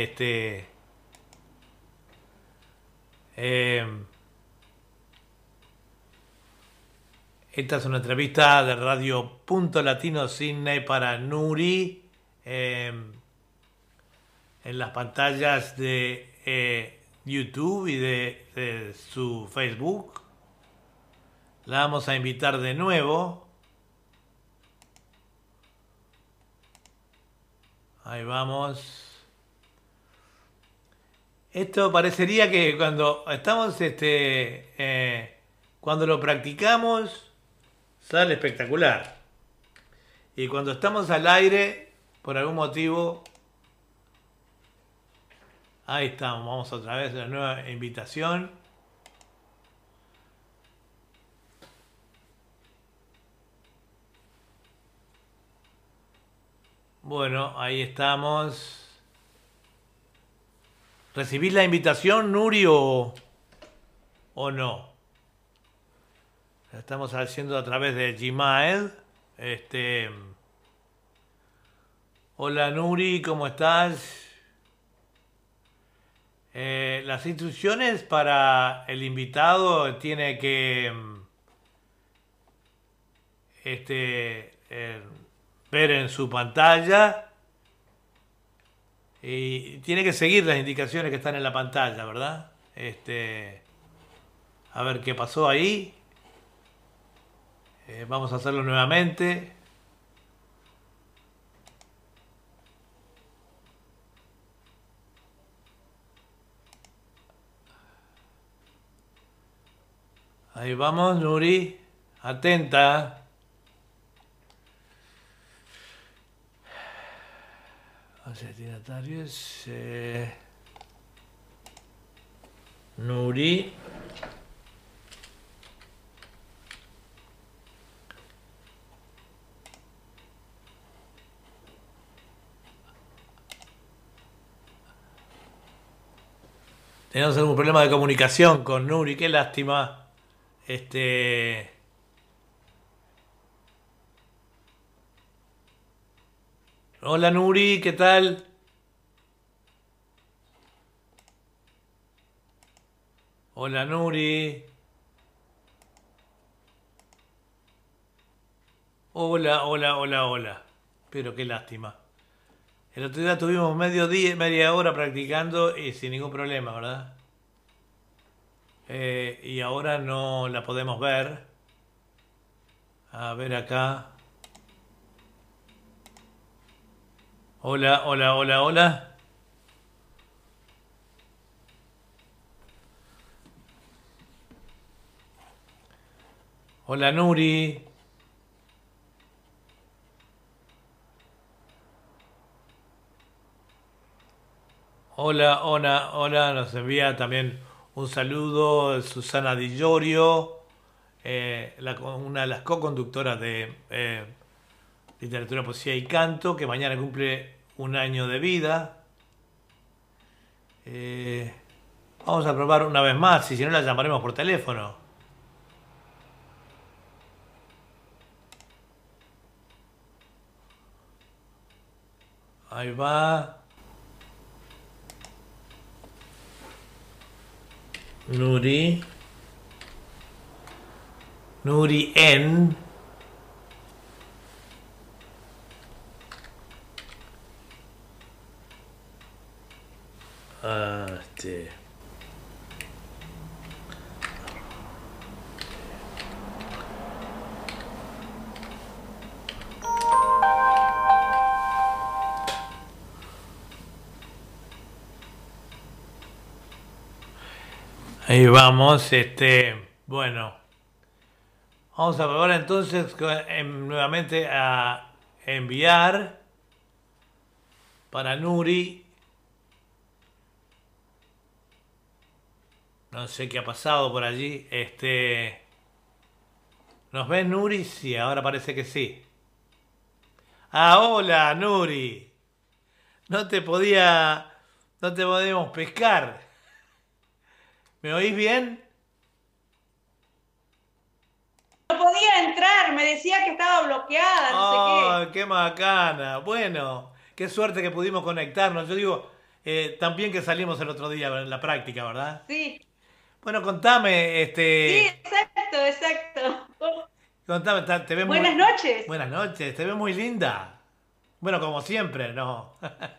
esta es una entrevista de Radio Punto Latino Sydney para Nuri. En las pantallas de YouTube y de su Facebook. La vamos a invitar de nuevo. Ahí vamos. Esto parecería que cuando estamos, cuando lo practicamos, sale espectacular. Y cuando estamos al aire, por algún motivo, ahí estamos. Vamos otra vez a la nueva invitación. Bueno, ahí estamos. ¿Recibís la invitación, Nuri, o no? La estamos haciendo a través de Gmail. Hola, Nuri, ¿cómo estás? Las instrucciones para el invitado tiene que ver en su pantalla y tiene que seguir las indicaciones que están en la pantalla, ¿verdad? A ver qué pasó ahí. Vamos a hacerlo nuevamente. Ahí vamos, Nuri. Atenta. Destinatarios. Nuri. Tenemos algún problema de comunicación con Nuri, qué lástima. Hola Nuri, ¿qué tal? Hola Nuri. Hola. Pero qué lástima. El otro día tuvimos media hora practicando y sin ningún problema, ¿verdad? Y ahora no la podemos ver. A ver acá. Hola. Hola Nuri. Hola, nos envía también un saludo Susana Di Llorio, una de las co-conductoras de Literatura, Poesía y Canto, que mañana cumple un año de vida. Vamos a probar una vez más y si no la llamaremos por teléfono. Ahí va. Nuri. Nuri N. Ahí vamos, bueno, vamos a probar entonces nuevamente a enviar para Nuri. No sé qué ha pasado por allí. ¿Nos ves, Nuri? Sí, ahora parece que sí. Ah, hola, Nuri. No te podíamos pescar. ¿Me oís bien? No podía entrar, me decía que estaba bloqueada, no sé qué. ¡Qué macana! Bueno, qué suerte que pudimos conectarnos. Yo digo, también que salimos el otro día en la práctica, ¿verdad? Sí. Bueno, contame, Sí, exacto. Contame, te ves Buenas noches. Buenas noches, te ves muy linda. Bueno, como siempre, ¿no?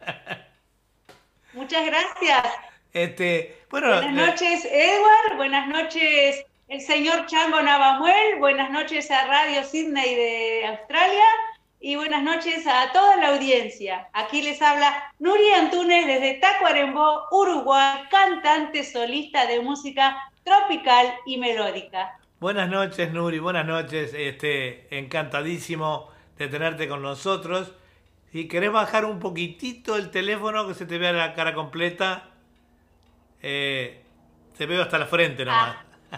Muchas gracias. Bueno, buenas noches, Edward. Buenas noches, el señor Chango Navamuel. Buenas noches a Radio Sydney de Australia. Y buenas noches a toda la audiencia. Aquí les habla Nuri Antunes desde Tacuarembó, Uruguay, cantante solista de música tropical y melódica. Buenas noches, Nuri, buenas noches. Encantadísimo de tenerte con nosotros. Si querés bajar un poquitito el teléfono, que se te vea la cara completa. Te veo hasta la frente nomás.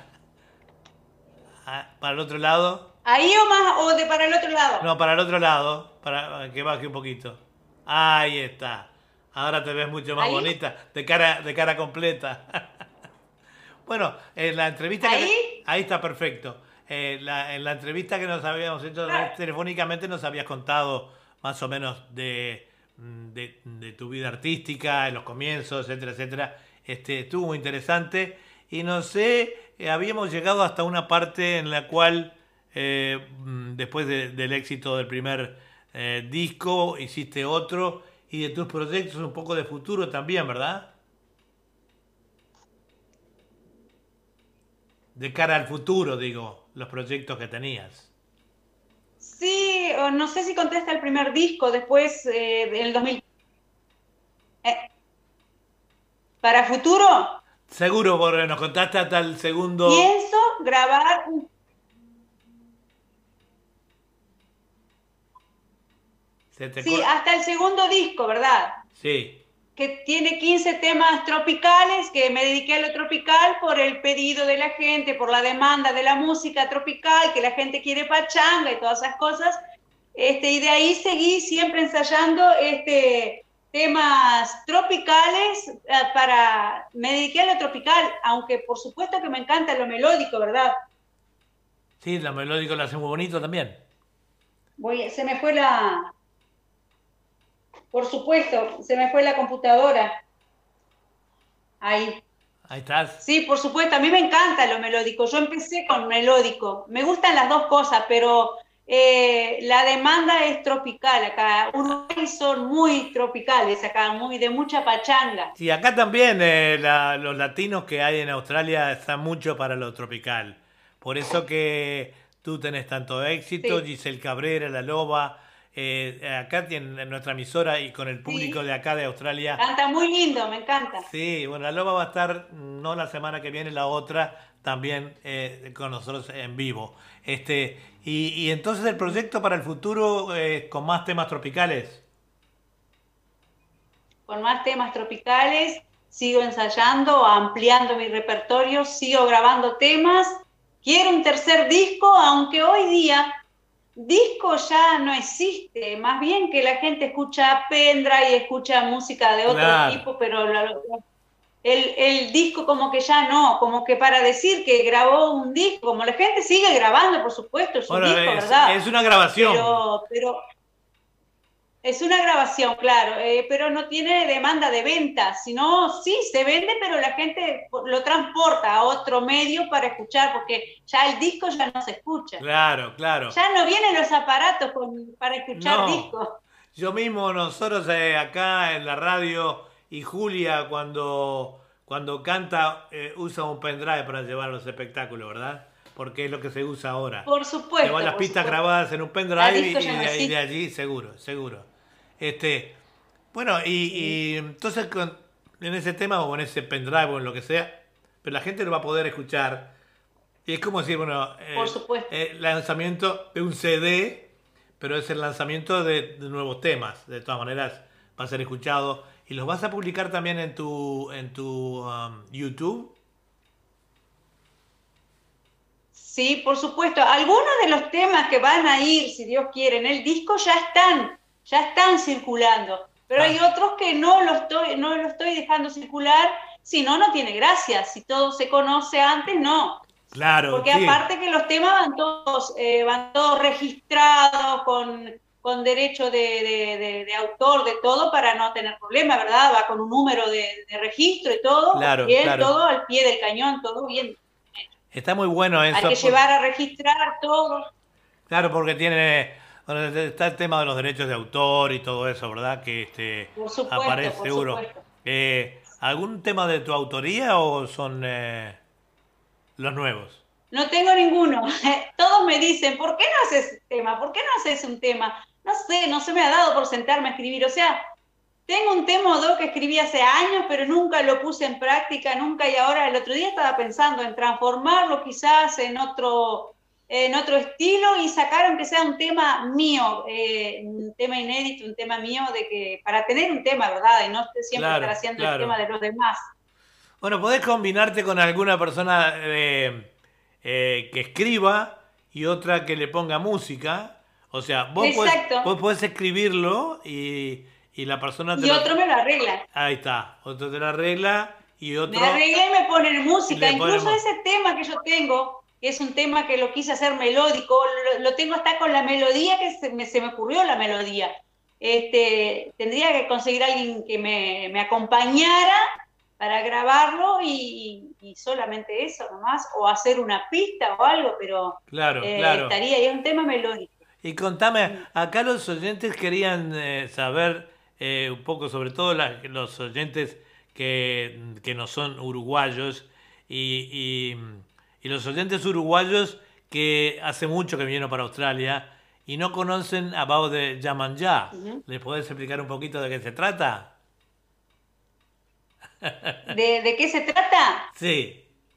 Para el otro lado. ¿Ahí o más o para el otro lado? No, para el otro lado, para que baje un poquito. Ahí está. Ahora te ves mucho más bonita, de cara completa. Bueno, en la entrevista ahí está perfecto. En la entrevista que nos habíamos hecho telefónicamente nos habías contado más o menos de tu vida artística, en los comienzos, etcétera, etcétera. Estuvo muy interesante y no sé, habíamos llegado hasta una parte en la cual después del éxito del primer disco hiciste otro y de tus proyectos un poco de futuro también, ¿verdad? De cara al futuro, digo, los proyectos que tenías. Sí, no sé si contesta el primer disco, después en el 2000. ¿Para futuro? Seguro, porque nos contaste hasta el segundo. Pienso grabar Sí, hasta el segundo disco, ¿verdad? Sí. Que tiene 15 temas tropicales, que me dediqué a lo tropical por el pedido de la gente, por la demanda de la música tropical, que la gente quiere pachanga y todas esas cosas. Y de ahí seguí siempre ensayando temas tropicales me dediqué a lo tropical, aunque por supuesto que me encanta lo melódico, ¿verdad? Sí, lo melódico lo hace muy bonito también. Se me fue por supuesto, se me fue la computadora. Ahí. Ahí estás. Sí, por supuesto, a mí me encanta lo melódico. Yo empecé con melódico. Me gustan las dos cosas, pero la demanda es tropical acá. Uruguay son muy tropicales acá, de mucha pachanga. Sí, acá también los latinos que hay en Australia están mucho para lo tropical. Por eso que tú tenés tanto éxito, sí. Giselle Cabrera, La Loba. Acá en nuestra emisora y con el público de acá de Australia. Canta muy lindo, me encanta. Sí, bueno, La Loba va a estar no la semana que viene, la otra también con nosotros en vivo. Y entonces el proyecto para el futuro con más temas tropicales. Con más temas tropicales, sigo ensayando, ampliando mi repertorio, sigo grabando temas. Quiero un tercer disco, aunque hoy día disco ya no existe, más bien que la gente escucha pendrive y escucha música de otro tipo, pero el disco como que ya no, como que para decir que grabó un disco, como la gente sigue grabando, por supuesto, es un disco, ¿verdad? Es una grabación. Pero es una grabación, claro, pero no tiene demanda de venta, sino sí se vende, pero la gente lo transporta a otro medio para escuchar, porque ya el disco ya no se escucha. Claro. Ya no vienen los aparatos para escuchar discos. Yo mismo, nosotros acá en la radio, y Julia cuando canta usa un pendrive para llevar a los espectáculos, ¿verdad? Porque es lo que se usa ahora. Por supuesto. Llevan las pistas grabadas en un pendrive y de allí, seguro. Bueno, y entonces en ese tema o en ese pendrive o en lo que sea, pero la gente lo va a poder escuchar. Y es como decir, bueno, por supuesto. El lanzamiento de un CD, pero es el lanzamiento de nuevos temas. De todas maneras, va a ser escuchado. ¿Y los vas a publicar también en tu YouTube? Sí, por supuesto. Algunos de los temas que van a ir, si Dios quiere, en el disco ya están circulando. Pero hay otros que no lo estoy dejando circular, si no, no tiene gracia. Si todo se conoce antes, no. Claro. Porque sí. Aparte que los temas van todos registrados con derecho de autor, de todo, para no tener problema, ¿verdad? Va con un número de registro y todo, Claro, bien, claro. todo al pie del cañón, todo bien. Está muy bueno eso. Hay que llevar a registrar todo. Claro, porque está el tema de los derechos de autor y todo eso, ¿verdad? Que Por supuesto, aparece por seguro. supuesto. ¿Algún tema de tu autoría o son los nuevos? No tengo ninguno. Todos me dicen, ¿por qué no haces tema? ¿Por qué no haces un tema? No se me ha dado por sentarme a escribir. O sea, tengo un tema o dos que escribí hace años, pero nunca lo puse en práctica, nunca. Y ahora el otro día estaba pensando en transformarlo quizás en otro estilo y sacar aunque sea un tema mío, un tema inédito, un tema mío, para tener un tema, ¿verdad? Y no siempre estar haciendo el tema de los demás. Bueno, podés combinarte con alguna persona que escriba y otra que le ponga música. O sea, vos podés escribirlo y la persona te otro me lo arregla. Ahí está, otro te lo arregla y otro... Me arregla y me pone música. Incluso ese tema que yo tengo, que es un tema que lo quise hacer melódico, lo tengo hasta con la melodía que se me ocurrió la melodía. Tendría que conseguir a alguien que me acompañara para grabarlo y solamente eso nomás, o hacer una pista o algo, pero claro. estaría, y es un tema melódico. Y contame, acá los oyentes querían saber un poco, sobre todo los oyentes que no son uruguayos y los oyentes uruguayos que hace mucho que vinieron para Australia y no conocen About de Yemanyá. ¿Les podés explicar un poquito de qué se trata? ¿De qué se trata? Sí.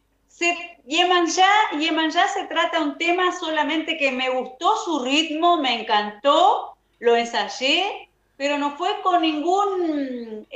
Yemanyá se trata de un tema solamente que me gustó su ritmo, me encantó, lo ensayé, pero no fue con ningún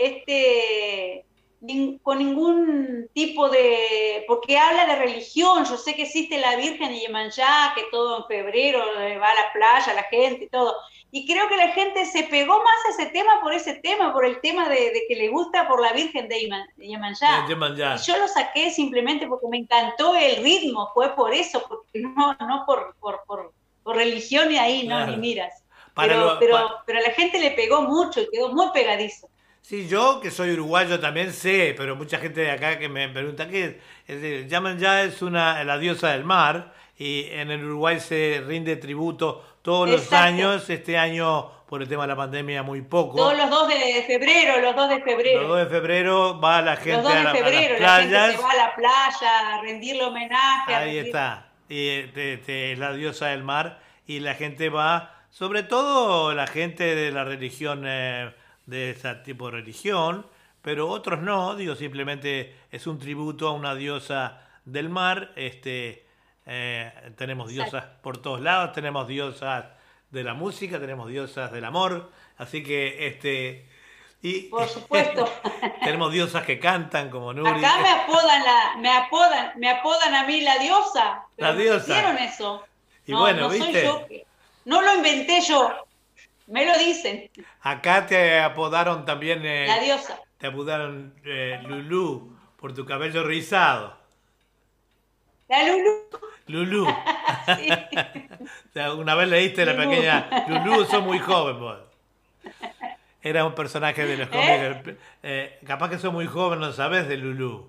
tipo de... porque habla de religión. Yo sé que existe la Virgen de Yemanyá, que todo en febrero va a la playa la gente y todo, y creo que la gente se pegó más a ese tema, por el tema de que le gusta por la Virgen de Yemanyá. Y yo lo saqué simplemente porque me encantó el ritmo, fue por eso, porque no por religión y ahí, claro. No, ni miras. Pero a la gente le pegó mucho y quedó muy pegadizo. Sí, yo que soy uruguayo también sé, pero mucha gente de acá que me pregunta qué es. Yemanyá es la diosa del mar y en el Uruguay se rinde tributo todos los años. Este año, por el tema de la pandemia, muy poco. Todos los 2 de febrero. Los 2 de febrero va la gente a las playas. La gente se va a la playa a rendirle homenaje. Ahí está. Y es la diosa del mar y la gente va, sobre todo la gente de la religión, de ese tipo de religión, pero otros no, digo, simplemente es un tributo a una diosa del mar. Tenemos diosas por todos lados, tenemos diosas de la música, tenemos diosas del amor, así que y por supuesto tenemos diosas que cantan como Nuri. Acá me apodan a mí la diosa, pero la diosa. ¿Me hicieron eso? Y bueno, no ¿viste? Soy yo, no lo inventé yo, me lo dicen. Acá te apodaron también la diosa. Te apodaron Lulú por tu cabello rizado. La Lulú. Lulú. Sí. O sea, una vez leíste la Lulú. pequeña Lulú, sos muy joven vos. Era un personaje de los cómics. Capaz que sos muy joven, no sabés de Lulú.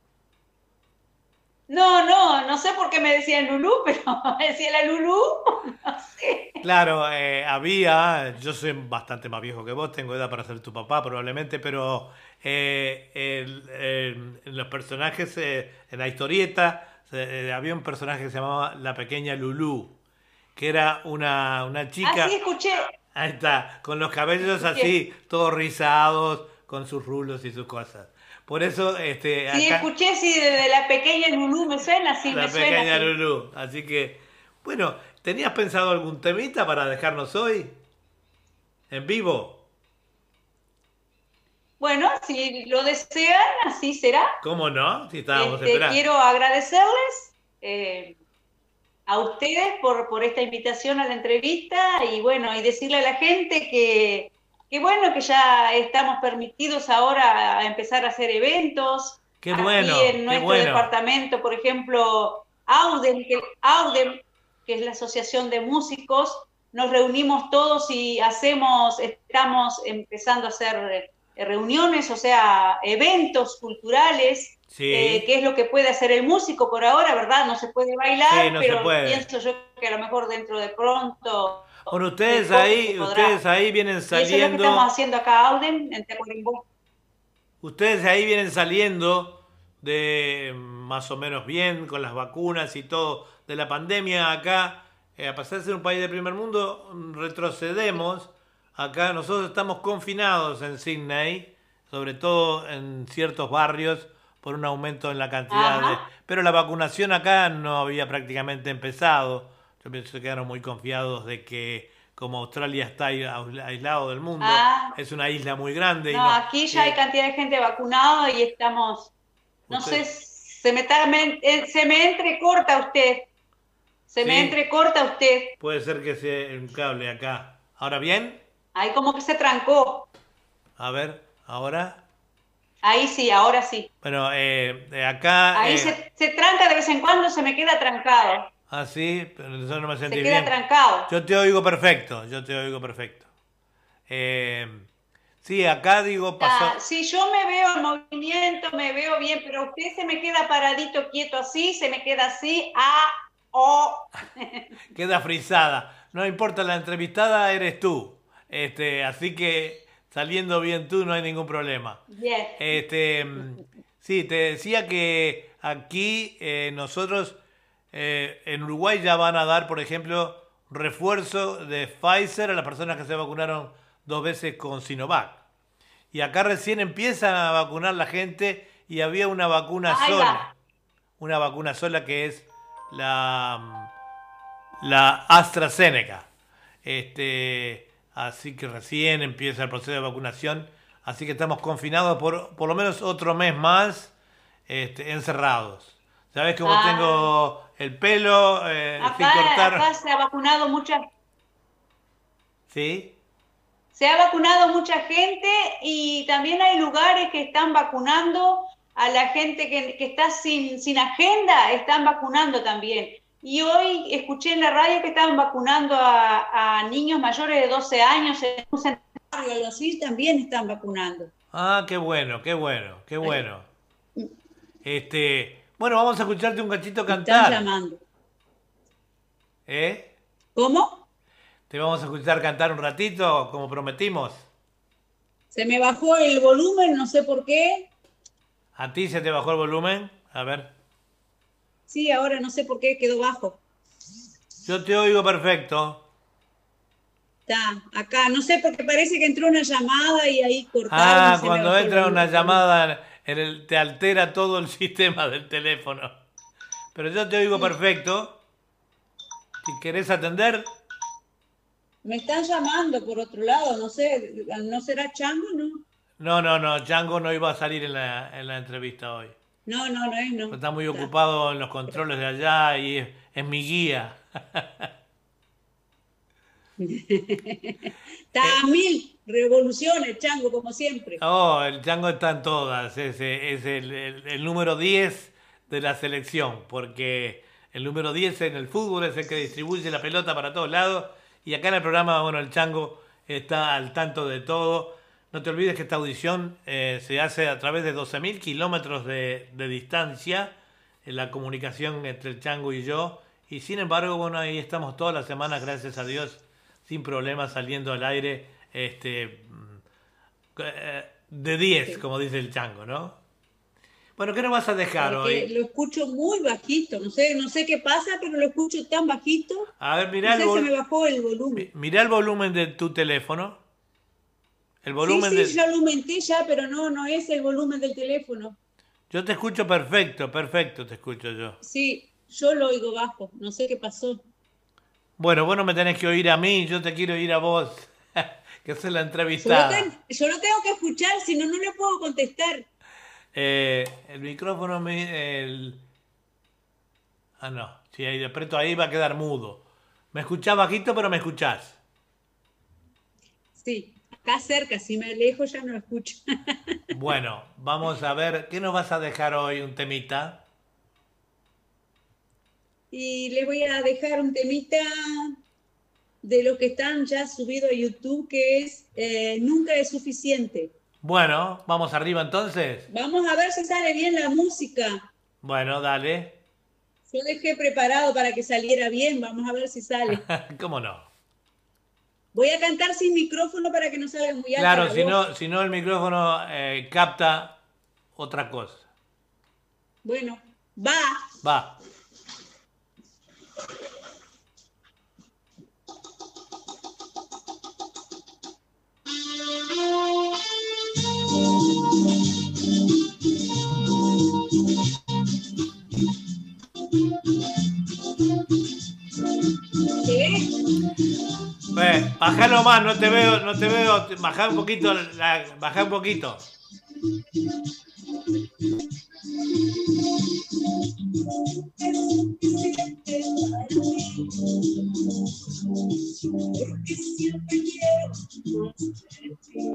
No sé por qué me decían Lulú, pero me decía la Lulú, no sé. Claro, yo soy bastante más viejo que vos, tengo edad para ser tu papá probablemente, pero en los personajes, en la historieta, había un personaje que se llamaba La Pequeña Lulú, que era una chica... Así escuché. Ahí está, con los cabellos así, todos rizados, con sus rulos y sus cosas. Por eso, Sí, acá, escuché, sí, de la pequeña Lulú, me suena, sí, la me suena. pequeña Sí. Lulú. Así que, bueno, ¿tenías pensado algún temita para dejarnos hoy? ¿En vivo? Bueno, si lo desean, así será. ¿Cómo no? Si estábamos esperando. Quiero agradecerles a ustedes por esta invitación a la entrevista y bueno, y decirle a la gente que bueno, que ya estamos permitidos ahora a empezar a hacer eventos. Qué Aquí bueno, en qué nuestro bueno. departamento, por ejemplo, Audem, que es la asociación de músicos, nos reunimos todos y estamos empezando a hacer reuniones, o sea, eventos culturales, Sí. que es lo que puede hacer el músico por ahora, ¿verdad? No se puede bailar, Sí, no se pero puede. pienso yo que a lo mejor dentro de pronto... Bueno, de poco se podrá. ustedes ahí vienen Y eso es lo que saliendo, estamos haciendo acá, Audem, en Tacuarembó. ustedes ahí vienen saliendo de más o menos bien con las vacunas y todo de la pandemia. Acá, a pesar de ser un país de primer mundo, retrocedemos. Acá nosotros estamos confinados en Sydney, sobre todo en ciertos barrios, por un aumento en la cantidad de... Ajá. Pero la vacunación acá no había prácticamente empezado. Yo pienso que quedaron muy confiados de que como Australia está aislado del mundo, Ah. es una isla muy grande. No, aquí ya hay cantidad de gente vacunada y estamos... No Usted- sé, se me entrecorta usted. Se me Sí. entrecorta usted. Puede ser que sea un cable acá. ¿Ahora bien? Ahí como que se trancó. A ver, ahora. Ahí sí, ahora sí. Bueno, acá... Ahí se tranca de vez en cuando, se me queda trancado. Ah, sí, pero yo no me Se sentí queda bien. trancado. Yo te oigo perfecto, yo te oigo perfecto. Sí, acá digo, pasó... Si yo me veo en movimiento, me veo bien, pero usted se me queda paradito, quieto así, se me queda así, Queda frisada. No importa, la entrevistada eres tú. Así que saliendo bien tú no hay ningún problema. Bien. Sí, te decía que aquí nosotros en Uruguay ya van a dar, por ejemplo, refuerzo de Pfizer a las personas que se vacunaron 2 veces con Sinovac. Y acá recién empiezan a vacunar la gente y había una vacuna Ahí sola. va. Una vacuna sola que es la AstraZeneca. Así que recién empieza el proceso de vacunación. Así que estamos confinados por lo menos otro mes más, encerrados. Sabes cómo tengo el pelo sin cortar. Acá se ha vacunado ¿Sí? se ha vacunado mucha gente y también hay lugares que están vacunando a la gente que está sin agenda, están vacunando también. Y hoy escuché en la radio que estaban vacunando a niños mayores de 12 años en un centro o algo así, también están vacunando. Ah, qué bueno, qué bueno, qué bueno. Bueno, vamos a escucharte un cachito cantar. Están llamando. ¿Eh? ¿Cómo? Te vamos a escuchar cantar un ratito, como prometimos. Se me bajó el volumen, no sé por qué. ¿A ti se te bajó el volumen? A ver. Sí, ahora no sé por qué quedó bajo. Yo te oigo perfecto. Está, acá, no sé, porque parece que entró una llamada y ahí cortaron. Ah, y se me cuando bajó el entra una volumen. llamada, te altera todo el sistema del teléfono. Pero yo te oigo perfecto. Si querés atender, Me están llamando por otro lado, no sé, ¿no será Chango? No, no, Django no iba a salir en la entrevista hoy. no es, no. Está muy ocupado en los controles de allá y es mi guía. Está a 1000 revoluciones, Chango, como siempre. Oh, el Chango está en todas. Es el número 10 de la selección, porque el número 10 en el fútbol es el que distribuye la pelota para todos lados. Y acá en el programa, bueno, el Chango está al tanto de todo. No te olvides que esta audición se hace a través de 12.000 kilómetros de distancia, en la comunicación entre el Chango y yo. Y sin embargo, bueno, ahí estamos todas las semanas, gracias a Dios, sin problemas, saliendo al aire de 10, como dice el Chango, ¿no? Bueno, ¿qué nos vas a dejar Porque hoy? lo escucho muy bajito, no sé qué pasa, pero lo escucho tan bajito. A ver, mirá, No sé, se me bajó el volumen. mirá el volumen de tu teléfono. El volumen Sí, ya lo aumenté ya, pero no es el volumen del teléfono. Yo te escucho perfecto te escucho yo. Sí, yo lo oigo bajo, no sé qué pasó. Bueno, vos no me tenés que oír a mí, yo te quiero oír a vos, que sos la entrevistada. Yo lo tengo que escuchar, si no, no le puedo contestar. El micrófono no, si ahí aprieto ahí va a quedar mudo. Me escuchás bajito, pero me escuchás. Sí, acá cerca, si me alejo ya no lo escucho. Bueno, vamos a ver, ¿qué nos vas a dejar hoy? ¿Un temita? Y les voy a dejar un temita de los que están ya subidos a YouTube, que es Nunca es suficiente. Bueno, vamos arriba entonces. Vamos a ver si sale bien la música. Bueno, dale. Yo dejé preparado para que saliera bien, vamos a ver si sale. ¿Cómo no? Voy a cantar sin micrófono para que no salga muy alta Claro, la voz. si no el micrófono capta otra cosa. Bueno, va. Va. Bajalo más, no te veo, bajá un poquito, bajá un poquito. Porque siempre quiero más de ti.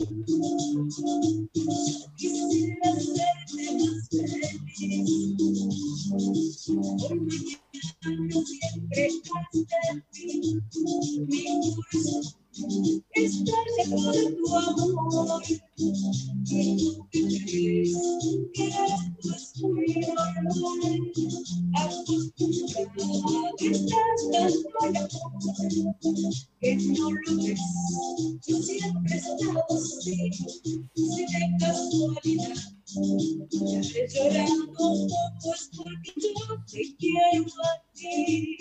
Quisiera hacerte más feliz. Por mañana siempre hasta ti. Mi corazón está lleno de tu amor. Y tú que crees que esto es muy normal. Acostumbrada estás tanto al amor que no lo ves. Yo siempre he estado así, si de casualidad me ves llorando un poco es porque yo te quiero a ti.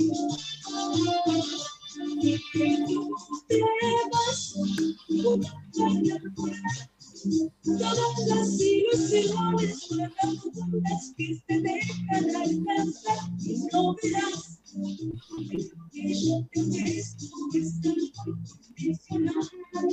Y tú te vas con la todas las ilusiones fueron juntas que se dejan alcanzar y no verás que yo te ofrezco es algo incondicional.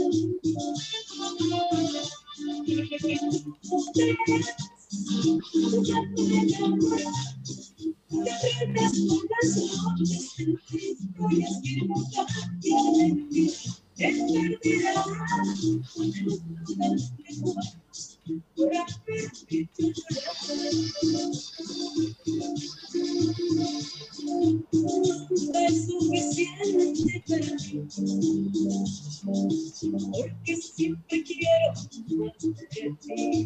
Ya te enamoras, te pierdes con las noches entre historias que nunca tienen fin. Es perderá por haberte hecho llorar. Nunca es suficiente para mí, porque siempre quiero más de ti.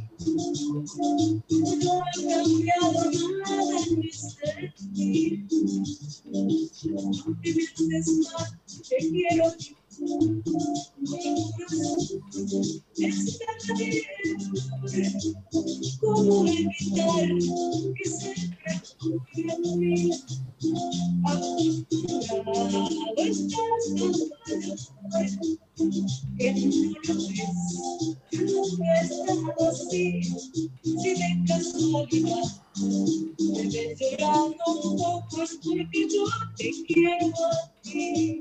No ha cambiado nada en mi sentir, aunque me haces mal, te quiero. Está bien, ¿cómo evitar que se refugien en mí? Acostumbrado estás tanto que no lo ves. Yo nunca he estado así, si de casualidad me ves llorando un poco es porque yo te quiero a ti.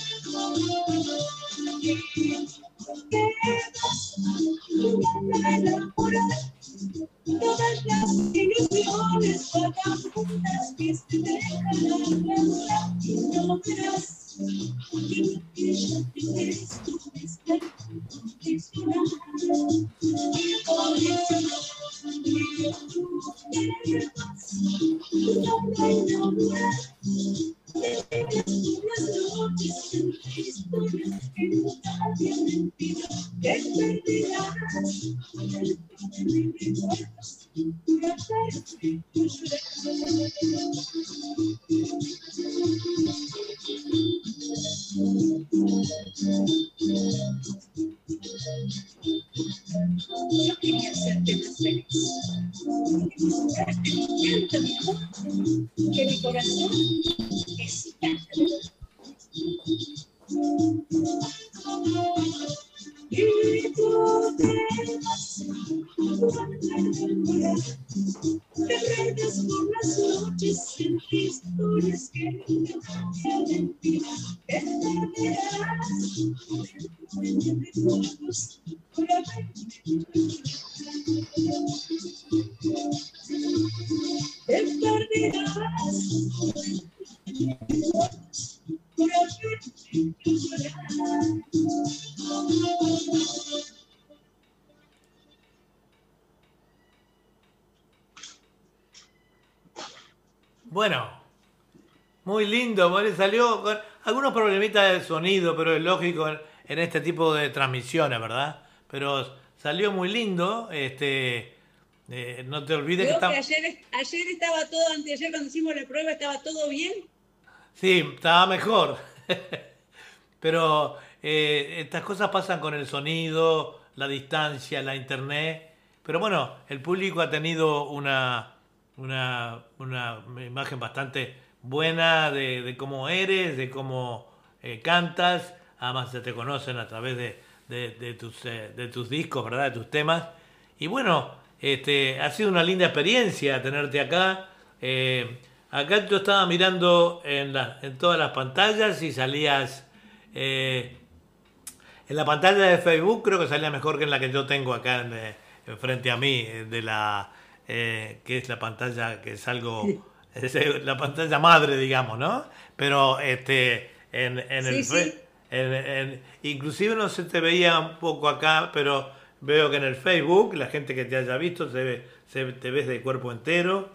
Te vas a enamorar, todas las ilusiones vagabundas que se te no verás que yo te espero explorar. Y por eso tú quieres más, no me enamorar. Te pegas por las noches entre historias que nunca tienen fin. Te perderás en recuerdos para verte llorar. Yo quería hacerte más feliz, mostrarte tanto mejor que mi corazón es gigante. Y tú te vas te perdes por las noches en historias que nunca tienen fin. Te perderás en recuerdos para verte llorar. Te perderás en recuerdos para verte llorar. Bueno, muy lindo, porque salió con algunos problemitas de sonido, pero es lógico en este tipo de transmisiones, ¿verdad? Pero salió muy lindo, no te olvides que Creo está... que ayer estaba todo, anteayer cuando hicimos la prueba estaba todo bien. Sí, estaba mejor. Pero estas cosas pasan con el sonido, la distancia, la internet. Pero bueno, el público ha tenido una imagen bastante buena de cómo eres, de cómo cantas. Además se te conocen a través de tus discos, ¿verdad? De tus temas. Y bueno, ha sido una linda experiencia tenerte acá. Acá yo estaba mirando en todas las pantallas y salías... en la pantalla de Facebook creo que salía mejor que en la que yo tengo acá frente a mí, que es la pantalla que es algo... Es la pantalla madre, digamos, ¿no? Pero inclusive no se te veía un poco acá, pero veo que en el Facebook, la gente que te haya visto, te ves de cuerpo entero,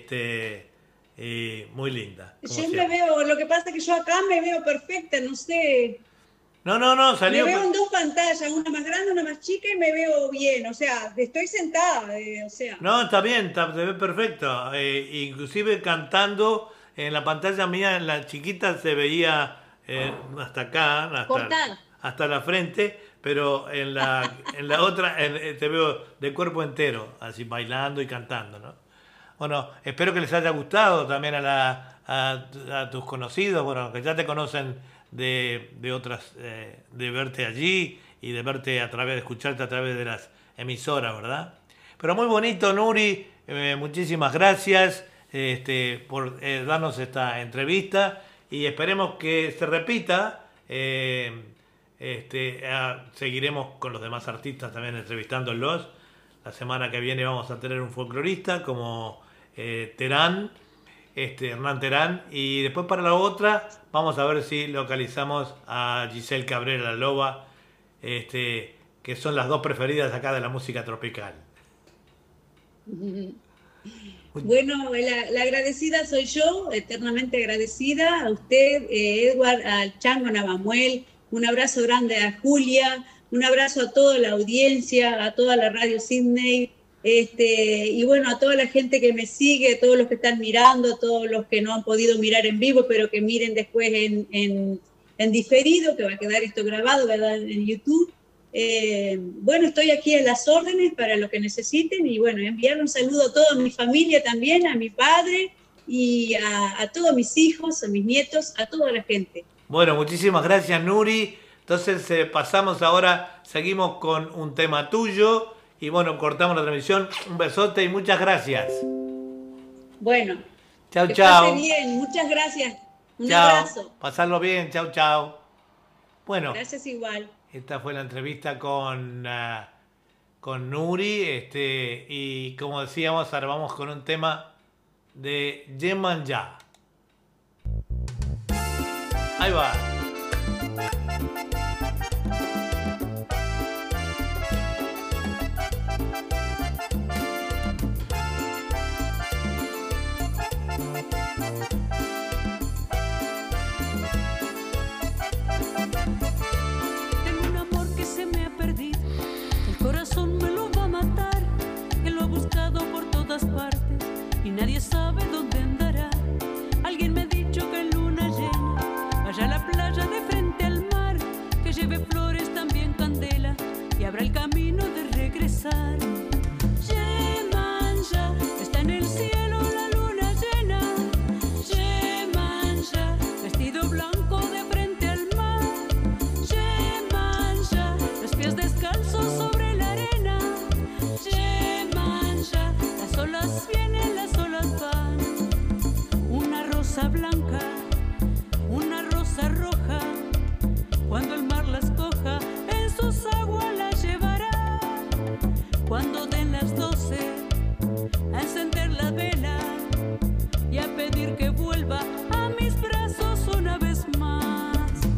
muy linda. Yo me veo, lo que pasa es que yo acá me veo perfecta, no sé. No, salió... Me veo en dos pantallas, una más grande, una más chica y me veo bien, o sea, estoy sentada, o sea. No, está bien, te ves perfecto. Inclusive cantando, en la pantalla mía, en la chiquita se veía hasta acá, hasta la frente, pero en la otra te veo de cuerpo entero, así bailando y cantando, ¿no? Bueno, espero que les haya gustado también a tus conocidos, bueno, que ya te conocen de otras, de verte allí y de verte de escucharte a través de las emisoras, ¿verdad? Pero muy bonito, Nuri, muchísimas gracias por darnos esta entrevista y esperemos que se repita. Seguiremos con los demás artistas también entrevistándolos. La semana que viene vamos a tener un folclorista como Terán, Hernán Terán, y después para la otra vamos a ver si localizamos a Giselle Cabrera, la Loba, que son las dos preferidas acá de la música tropical. Bueno, la agradecida soy yo, eternamente agradecida a usted, Edward, al Chango Navamuel, un abrazo grande a Julia, un abrazo a toda la audiencia, a toda la Radio Sydney, y bueno, a toda la gente que me sigue, a todos los que están mirando, a todos los que no han podido mirar en vivo, pero que miren después en diferido, que va a quedar esto grabado, ¿verdad?, en YouTube. Bueno, estoy aquí a las órdenes para lo que necesiten y bueno, enviar un saludo a toda mi familia también, a mi padre y a todos mis hijos, a mis nietos, a toda la gente. Bueno, muchísimas gracias, Nuri. Entonces pasamos ahora, seguimos con un tema tuyo y bueno, cortamos la transmisión. Un besote y muchas gracias. Bueno, chau, que chau. pase bien, muchas gracias. Un Chao. abrazo. Pasarlo bien, chau, chau. Bueno. Gracias igual. Esta fue la entrevista con Nuri, y como decíamos, ahora vamos con un tema de Yeman Ya. Ahí va. Tengo un amor que se me ha perdido, el corazón me lo va a matar, que lo ha buscado por todas partes y nadie sabe dónde andará. Alguien me ha dicho que en luna llena vaya a la playa de frente al mar, que lleve flores también candela y abra el camino de regresar. Yemanja, está en el cielo la luna llena. Yemanja, vestido blanco de frente al mar. Yemanja, los pies descalzos sobre la arena. Yemanja, las olas vienen, las olas van. Una rosa blanca, una rosa roja, cuando el mar las coja, en sus aguas las llevará. Cuando den las 12, a encender la vela y a pedir que vuelva a mis brazos una vez más.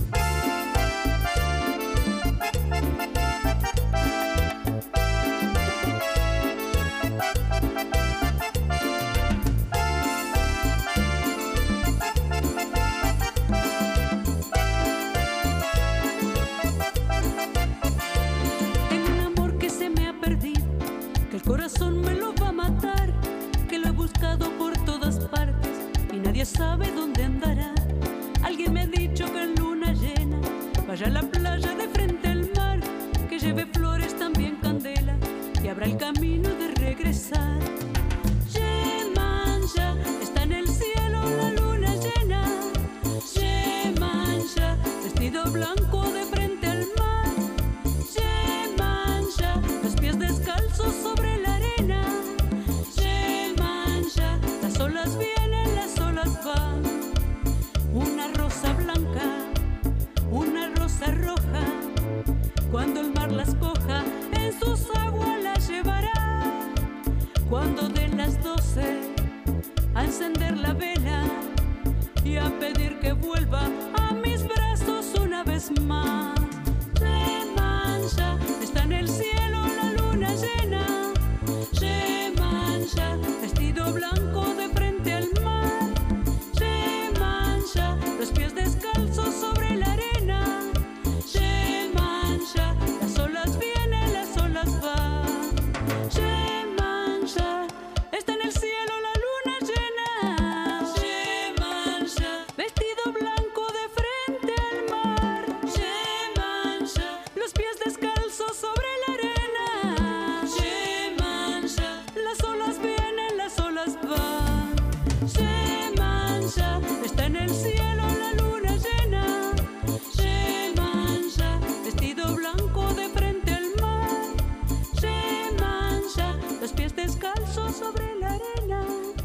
Tengo un amor que se me ha perdido, que el corazón me lo va a matar, que lo he buscado por todas partes y nadie sabe dónde andará. Alguien me ha dicho que en luna llena vaya a la playa de frente al mar, que lleve flores también candela y abra el camino de regresar. Yemanja, está en el cielo la luna llena. Yemanja, vestido blanco de frente al mar. Yemanja, los pies descalzos sobre la arena. Yemanja, las olas vienen, las olas van. Una rosa blanca, una rosa roja, cuando el mar las coja, en sus aguas las llevará. Cuando den las 12, a encender la vela y a pedir que vuelva a mis brazos una vez más. Yemanja, está en el cielo la luna llena. Yemanja, vestido blanco de frente al mar. Yemanja, los pies descalzos sobre la arena. Yemanja, las olas vienen, las olas van. Yemanja, está en el cielo la luna llena. Yemanja, vestido blanco de frente al mar. Yemanja, los pies descalzos sobre la arena. Yemanja, las olas vienen, las olas van. Yemanja, está en el cielo la luna llena. Yemanja, vestido blanco de frente al mar. Yemanja, los pies descalzos sobre la arena.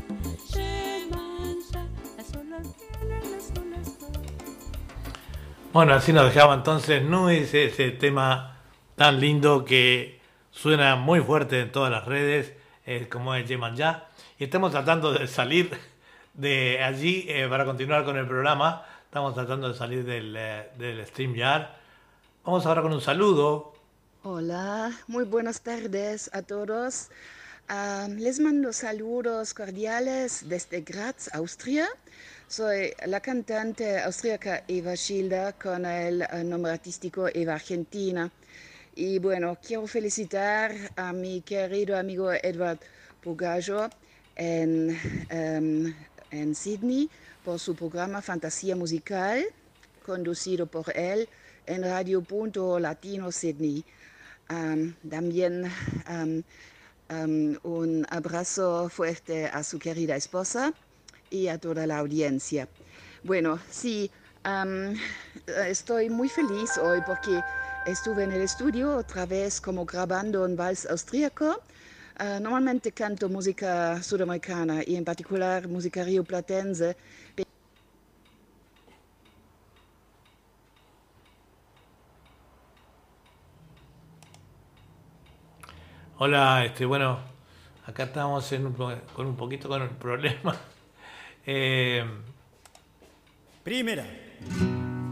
Yemanja, las olas vienen, las olas van. Bueno, así nos dejaba entonces Nuis, ese tema tan lindo que suena muy fuerte en todas las redes, como es Yemanja. Y estamos tratando de salir de allí para continuar con el programa. Estamos tratando de salir del StreamYard. Vamos ahora con un saludo. Hola, muy buenas tardes a todos. Les mando saludos cordiales desde Graz, Austria. Soy la cantante austríaca Eva Schilder con el nombre artístico Eva Argentina. Y bueno, quiero felicitar a mi querido amigo Edward Bugallo en Sydney por su programa Fantasía Musical, conducido por él en Radio Punto Latino Sydney. También un abrazo fuerte a su querida esposa y a toda la audiencia. Bueno, sí, estoy muy feliz hoy porque estuve en el estudio otra vez como grabando un vals austríaco. Normalmente canto música sudamericana y en particular música rioplatense. Hola, bueno, acá estamos con un poquito con el problema. Primera.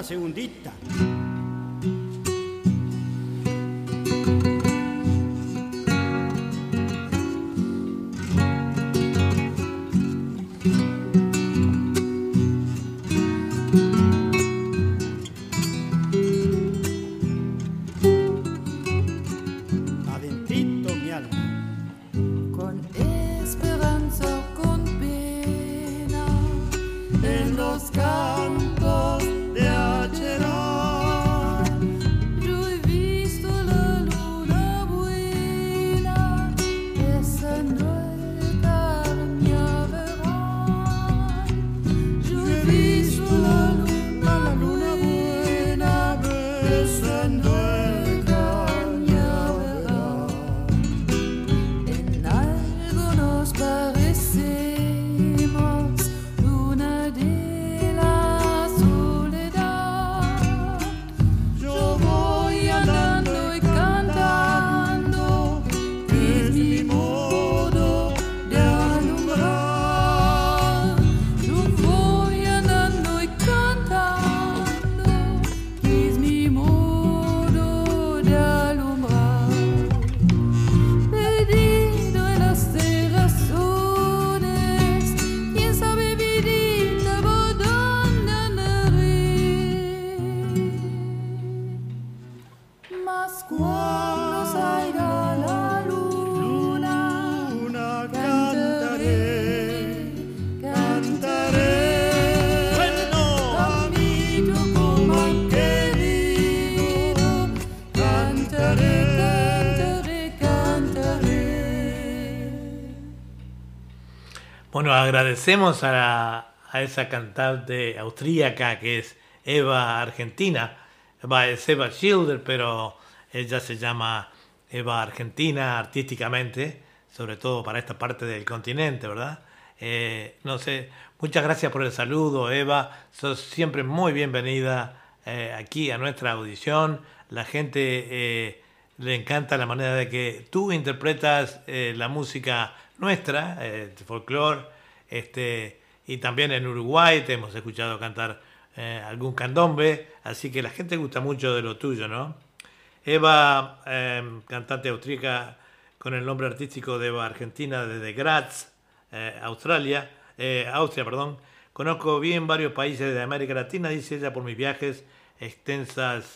segundita. Adentrito mi alma. Con esperanza o con pena, en los campos de ayer. Yo he visto la luna buena, esa no es cañaveral. Yo he visto la luna buena, esa no es cañaveral. En algo nos parecemos, luna de la soledad. Yo voy andando y cantando, es mi modo de alumbrar. Yo voy andando y cantando, es mi modo de alumbrar. Perdido en las terrazones, quién sabe vidita por dónde andaré. Mas cuando salga la luna, cantaré, cantaré. Amigo como querido, cantaré, cantaré, cantaré. Bueno, agradecemos a esa cantante austríaca que es Eva Argentina. Es Eva Schilder, pero ella se llama Eva Argentina artísticamente, sobre todo para esta parte del continente, ¿verdad? No sé, muchas gracias por el saludo, Eva. Sos siempre muy bienvenida aquí a nuestra audición. La gente le encanta la manera de que tú interpretas la música nuestra, folclore, y también en Uruguay te hemos escuchado cantar algún candombe, así que la gente gusta mucho de lo tuyo, ¿no? Eva, cantante austríaca con el nombre artístico de Eva Argentina desde Graz, Austria, perdón. Conozco bien varios países de América Latina, dice ella, por mis viajes extensas.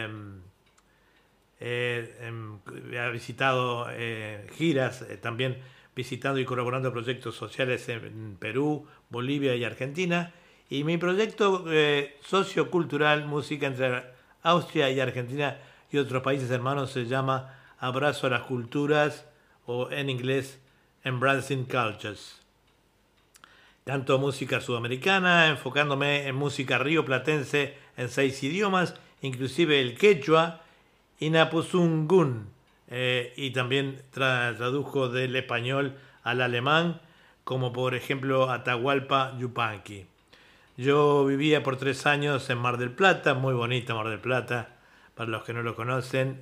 Ha visitado giras, también visitando y colaborando en proyectos sociales en Perú, Bolivia y Argentina. Y mi proyecto sociocultural, música entre Austria y Argentina y otros países hermanos, se llama Abrazo a las Culturas, o en inglés Embracing Cultures. Canto música sudamericana, enfocándome en música rioplatense en 6 idiomas, inclusive el quechua y napuzungún, y también tradujo del español al alemán, como por ejemplo Atahualpa Yupanqui. Yo vivía por 3 años en Mar del Plata, muy bonita Mar del Plata, para los que no lo conocen.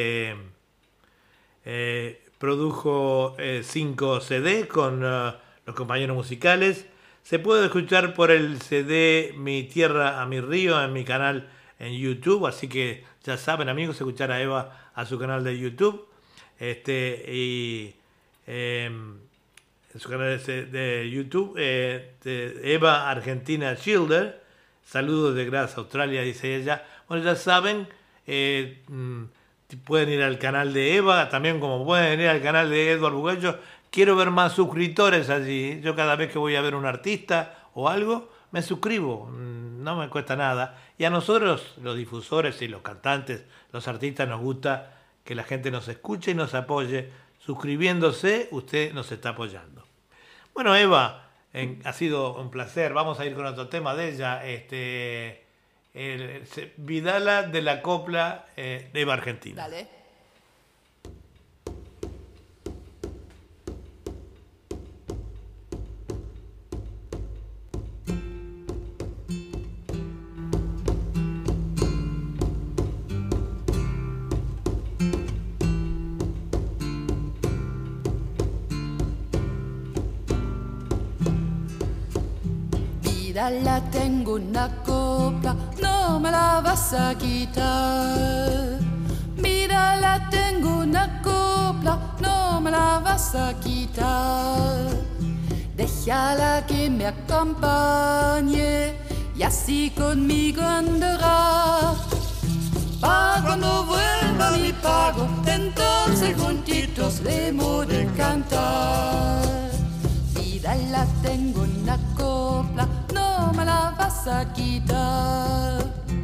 Produjo 5 CD con los compañeros musicales. Se puede escuchar por el CD Mi Tierra a Mi Río en mi canal en YouTube, así que ya saben, amigos, escuchar a Eva a su canal de YouTube. En su canal de YouTube, Eva Argentina Schilder. Saludos de Graz, Australia, dice ella. Bueno, ya saben, pueden ir al canal de Eva, también como pueden ir al canal de Edward Bugallo. Quiero ver más suscriptores allí. Yo cada vez que voy a ver un artista o algo, me suscribo, no me cuesta nada. Y a nosotros, los difusores y los cantantes, los artistas, nos gusta que la gente nos escuche y nos apoye. Suscribiéndose, usted nos está apoyando. Bueno, Eva, ha sido un placer. Vamos a ir con otro tema de ella. Vidala de la copla de Eva Argentina. Dale. Vidala, tengo una cosa copla, no me la vas a quitar. Mírala, tengo una copla, no me la vas a quitar. Déjala que me acompañe y así conmigo andará. Pa' cuando vuelva mi pago, entonces juntitos le hemos de cantar. Mírala, tengo una copla, no me la vas a quitar.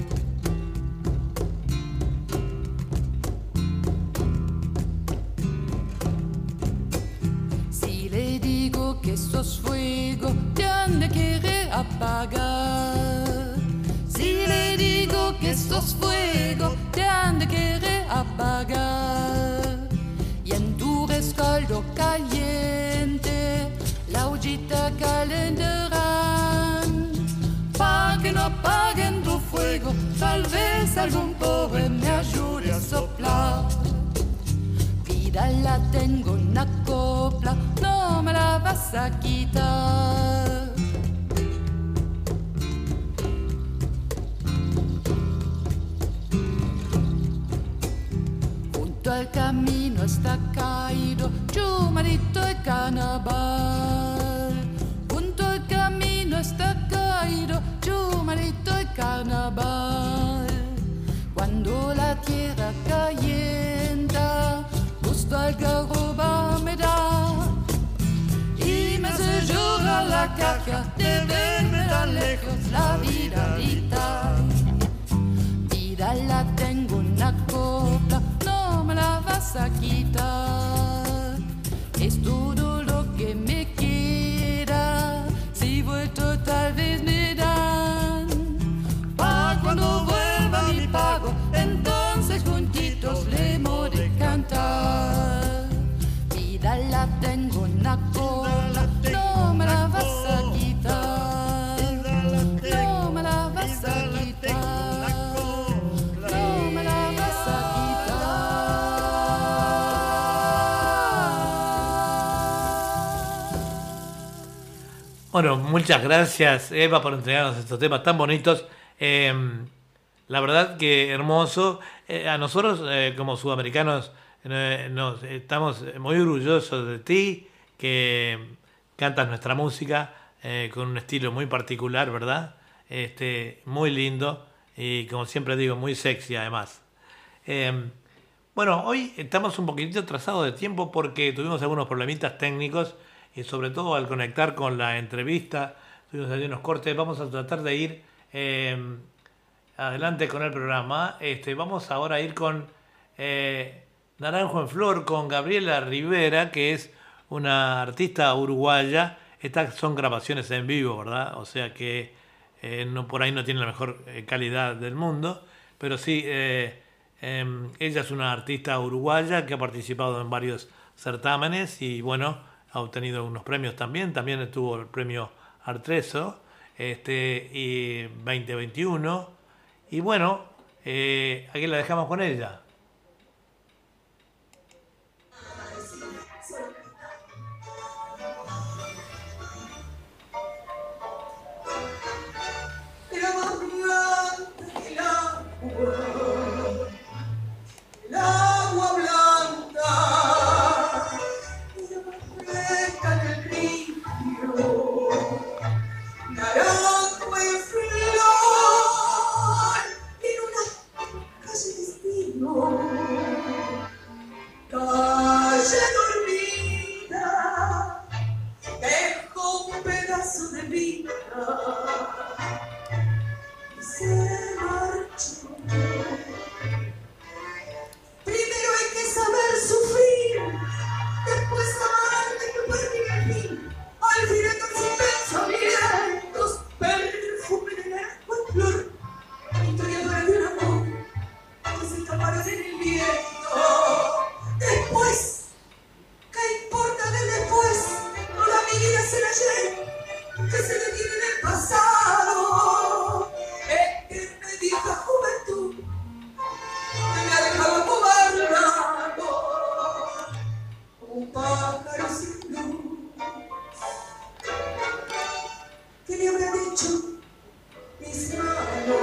Si le digo que sos fuego, te han de querer apagar. Si le digo que sos fuego, te han de querer apagar. Y en tu rescoldo caliente, la ollita calentarán. Pa' que no apaguen tu fuego, tal vez algún pobre me ayude a soplar. Mírala, tengo una copla, no me la vas a quitar. Junto al camino está caído Chumarito y carnaval. Junto al camino está caído Chumarito y carnaval. Cuando la tierra calienta, gusto algarroba me da y me hace llorar la caja de verme tan lejos la vidalita. Mírala, tengo una copla, no me la vas a quitar. Es todo lo que me queda, si vuelto tal vez me dan. Pa' cuando vuelva mi pago, entonces juntitos le hemos de cantar. Mírala, tengo una copla, no me la vas a quitar. No me la vas a quitar. No me la vas a quitar. Bueno, muchas gracias, Eva, por entregarnos estos temas tan bonitos. La verdad que hermoso. A nosotros, como sudamericanos, estamos muy orgullosos de ti, que cantas nuestra música con un estilo muy particular, ¿verdad? Muy lindo y, como siempre digo, muy sexy además. Bueno, hoy estamos un poquitito atrasados de tiempo porque tuvimos algunos problemitas técnicos y sobre todo al conectar con la entrevista tuvimos ahí unos cortes. Vamos a tratar de ir adelante con el programa. Vamos ahora a ir con Naranjo en Flor, con Gabriela Rivera, que es una artista uruguaya. Estas son grabaciones en vivo, ¿verdad? O sea que no, por ahí no tiene la mejor calidad del mundo, pero sí, ella es una artista uruguaya que ha participado en varios certámenes y bueno, ha obtenido unos premios también. También estuvo el premio Artreso y 2021. Y bueno, aquí la dejamos con ella. El agua blanca, ella más fresca en el río, naranjo en flor, en una calle destino, calle dormida, dejó un pedazo de vida y se marchó. Primero hay que saber sufrir, después amar de tu partida al fin. Al fin estos pensamientos, perfume de naranjo en flor, historiadora de un amor que se desaparece en el viento. Después, ¿qué importa del después? Toda mi vida será ayer, que se detiene en el pasado. Eterna y vieja juventud que me ha dejado gobernado como un pájaro sin luz. ¿Qué le habrán hecho mis manos?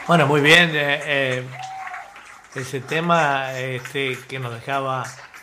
Bueno, muy bien. Ese tema que nos dejaba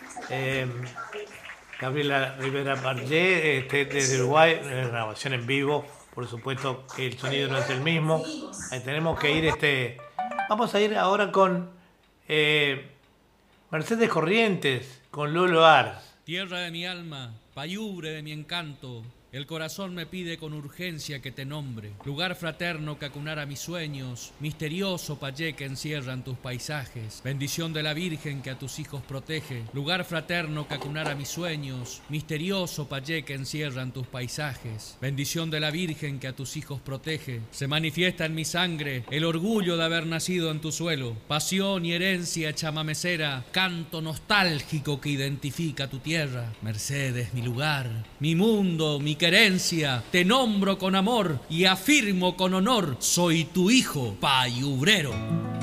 Gabriela Rivera Parllé desde Uruguay, grabación en vivo. Por supuesto que el sonido no es el mismo. Tenemos que ir. Vamos a ir ahora con Mercedes Corrientes, con Lolo Ars. Tierra de mi alma, payubre de mi encanto, el corazón me pide con urgencia que te nombre. Lugar fraterno que acunara mis sueños, misterioso payé que encierran tus paisajes. Bendición de la Virgen que a tus hijos protege. Lugar fraterno que acunara mis sueños, misterioso payé que encierran tus paisajes. Bendición de la Virgen que a tus hijos protege. Se manifiesta en mi sangre el orgullo de haber nacido en tu suelo. Pasión y herencia chamamecera, canto nostálgico que identifica tu tierra. Mercedes, mi lugar, mi mundo, mi querencia, te nombro con amor y afirmo con honor, soy tu hijo payubrero.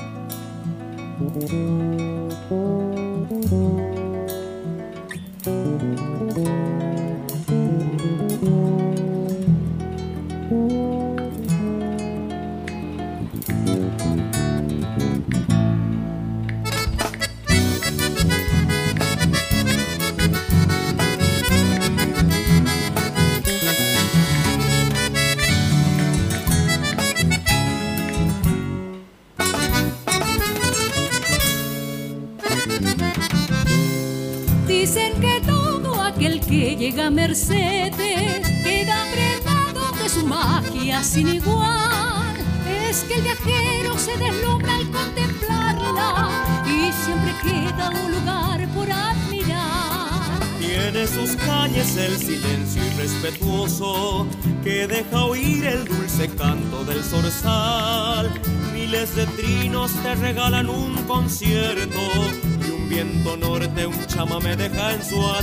Dicen que todo aquel que llega a Mercedes queda prendado de su magia sin igual. Es que el viajero se deslumbra al contemplarla y siempre queda un lugar por admirar. Tiene sus calles el silencio irrespetuoso que deja oír el dulce canto del zorzal. Miles de trinos te regalan un concierto y un viento norte, un chamamé deja en su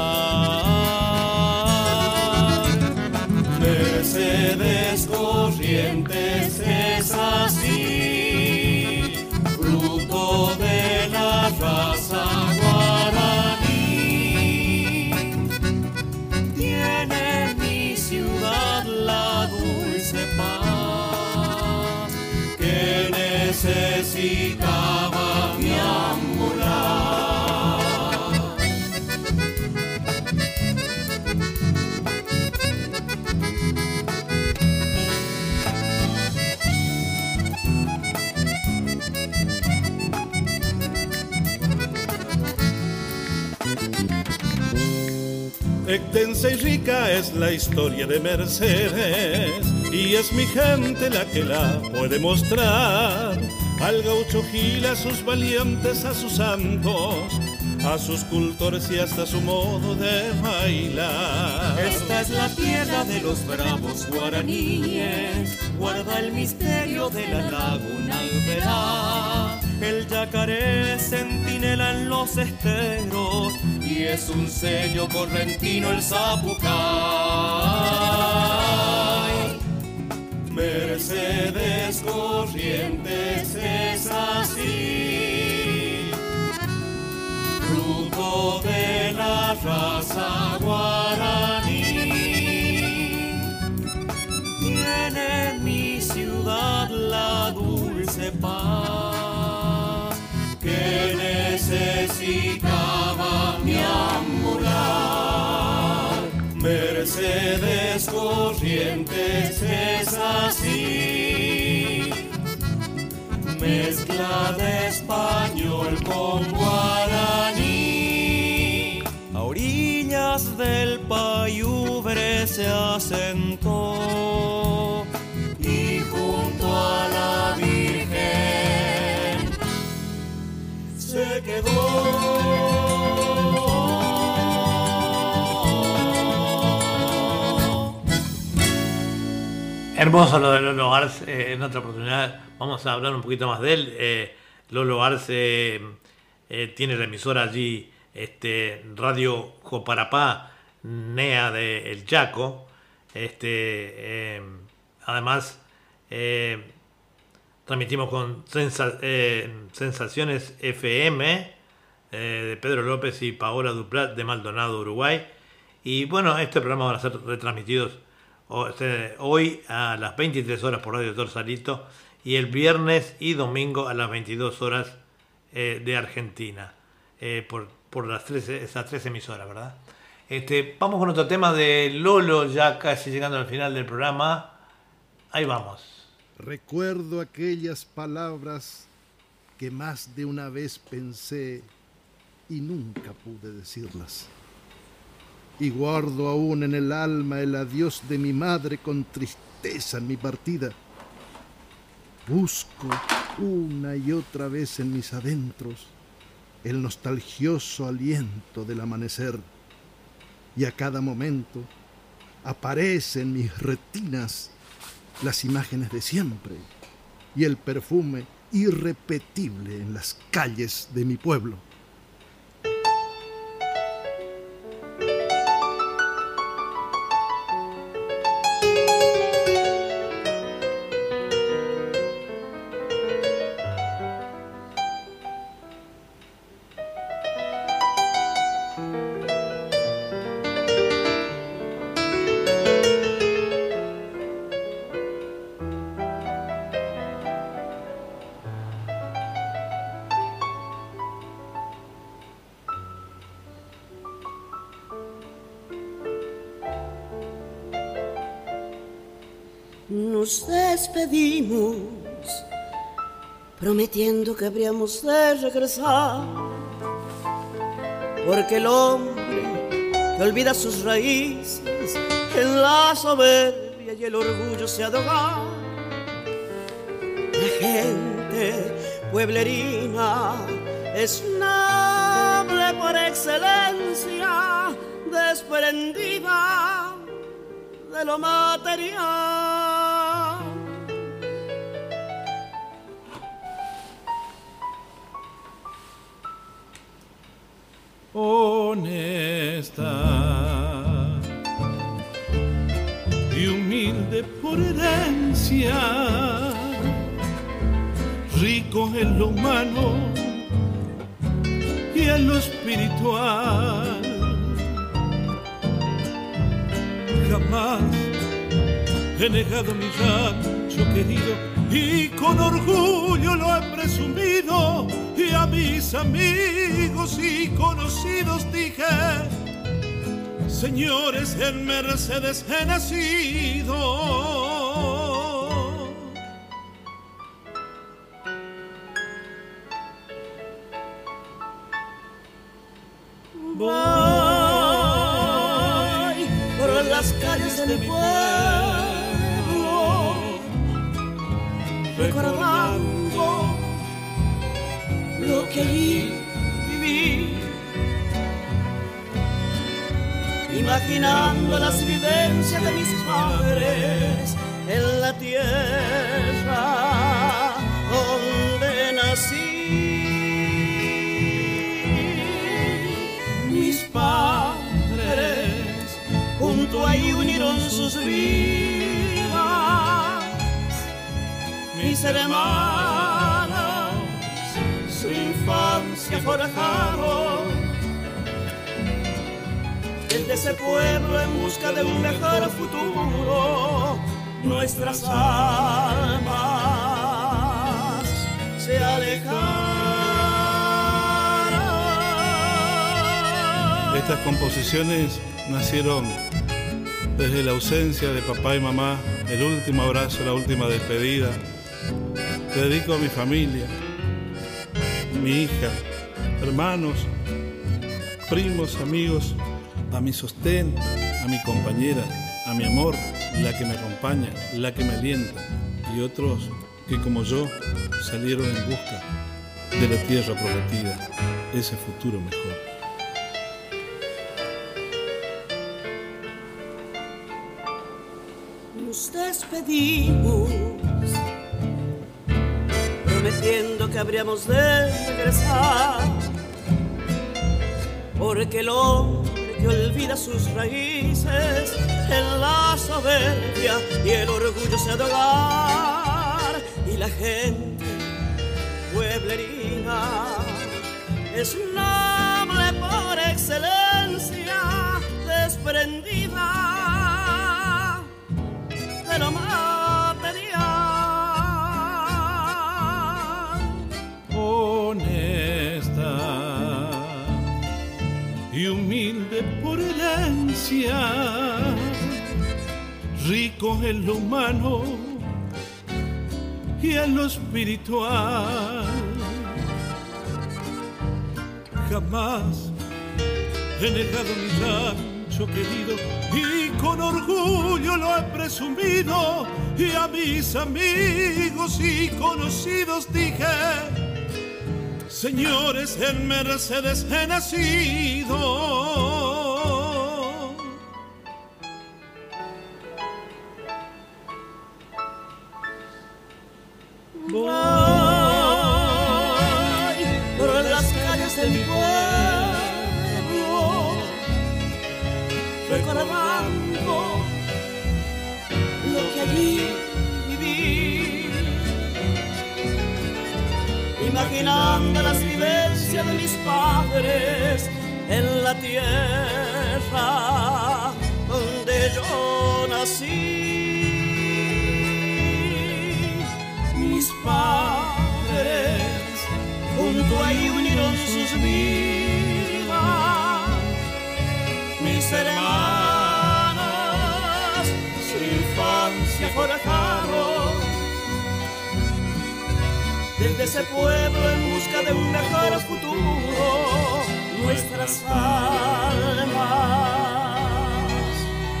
andar. Mercedes Corrientes es así, fruto de la raza guaraní. Tiene mi ciudad la dulce paz que necesitaba mi ambular. Extensa y rica es la historia de Mercedes y es mi gente la que la puede mostrar. Al gaucho Gil, a sus valientes, a sus santos, a sus cultores y hasta su modo de bailar. Esta es la tierra de los bravos guaraníes, guarda el misterio de la laguna Alberá. El yacaré centinela en los esteros y es un sello correntino el zapucay. Mercedes Corrientes es así, fruto de la raza guaraní. Tiene mi ciudad la dulce paz que necesitaba mi ambular. Mercedes Corrientes es así, mezcla de español con guaraní. A orillas del Payubre se asentó y junto a la Virgen se quedó. Hermoso lo de Lolo Ars. En otra oportunidad vamos a hablar un poquito más de él. Lolo Ars tiene la emisora allí, Radio Joparapá, NEA de El Chaco. Además, transmitimos con Sensaciones FM de Pedro López y Paola Duplat de Maldonado, Uruguay. Y bueno, este programa van a ser retransmitidos hoy a las 23 horas por Radio Torsalito y el viernes y domingo a las 22 horas de Argentina, por esas tres emisoras, ¿verdad? Vamos con otro tema de Lolo, ya casi llegando al final del programa. Ahí vamos. Recuerdo aquellas palabras que más de una vez pensé y nunca pude decirlas. Y guardo aún en el alma el adiós de mi madre con tristeza en mi partida. Busco una y otra vez en mis adentros el nostalgioso aliento del amanecer. Y a cada momento aparecen en mis retinas las imágenes de siempre y el perfume irrepetible en las calles de mi pueblo. Nos despedimos prometiendo que habríamos de regresar, porque el hombre que olvida sus raíces en la soberbia y el orgullo se ha de ahogar. La gente pueblerina es noble por excelencia, desprendida de lo material. Honesta y humilde por herencia, rico en lo humano y en lo espiritual. Jamás he negado mi rancho querido y con orgullo lo he presumido, y a mis amigos y conocidos dije: señores, en Mercedes he nacido. Voy por las calles de mi pueblo, recordando lo que allí viví, imaginando las vivencias de mis padres en la tierra donde nací. Mis padres junto ahí unieron sus vidas, mis hermanos su infancia forjaron. Desde ese pueblo en busca de un mejor futuro, nuestras almas se alejaron. Estas composiciones nacieron desde la ausencia de papá y mamá, el último abrazo, la última despedida. Te dedico a mi familia, mi hija, hermanos, primos, amigos, a mi sostén, a mi compañera, a mi amor, la que me acompaña, la que me alienta, y otros que como yo salieron en busca de la tierra prometida, ese futuro mejor. Nos despedimos prometiendo que habríamos de regresar, porque el hombre que olvida sus raíces en la soberbia y el orgullo se ha de ahogar, y la gente pueblerina es noble por excelencia, desprendida de lo material. pasear, rico en lo humano y en lo espiritual. Jamás he negado mi rancho querido y con orgullo lo he presumido, y a mis amigos y conocidos dije: señores, en Mercedes he nacido. Voy por las calles de mi pueblo, recordando lo que allí viví, imaginando las vivencias de mis padres en la tierra donde yo nací. Mis padres junto ahí unieron sus vidas, mis hermanas su infancia forjaron. Desde ese pueblo en busca de un mejor futuro, nuestras almas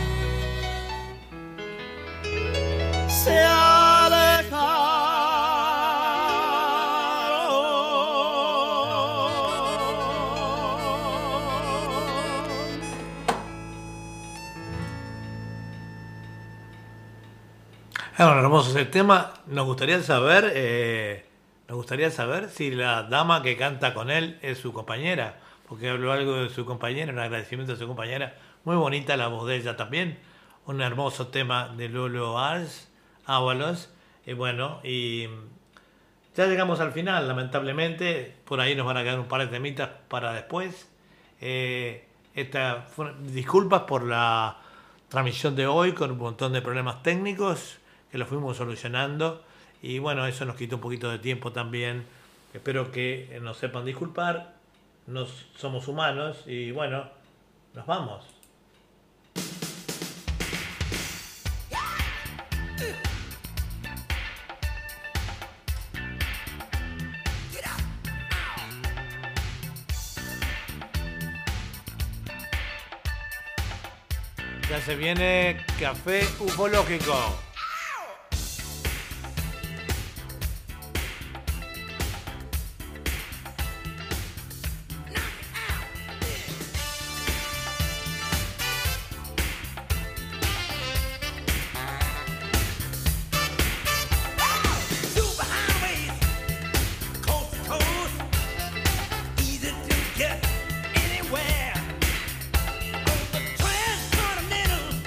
se alejaron. Bueno, hermoso ese tema. Nos gustaría saber si la dama que canta con él es su compañera, porque habló algo de su compañera, un agradecimiento a su compañera. Muy bonita la voz de ella también. Un hermoso tema de Lolo Ábalos. Y bueno, y ya llegamos al final, lamentablemente. Por ahí nos van a quedar un par de temitas para después. Disculpas por la transmisión de hoy con un montón de problemas técnicos que los fuimos solucionando. Y bueno, eso nos quitó un poquito de tiempo también. Espero que nos sepan disculpar. Somos humanos y bueno, nos vamos. Ya se viene Café Ufológico.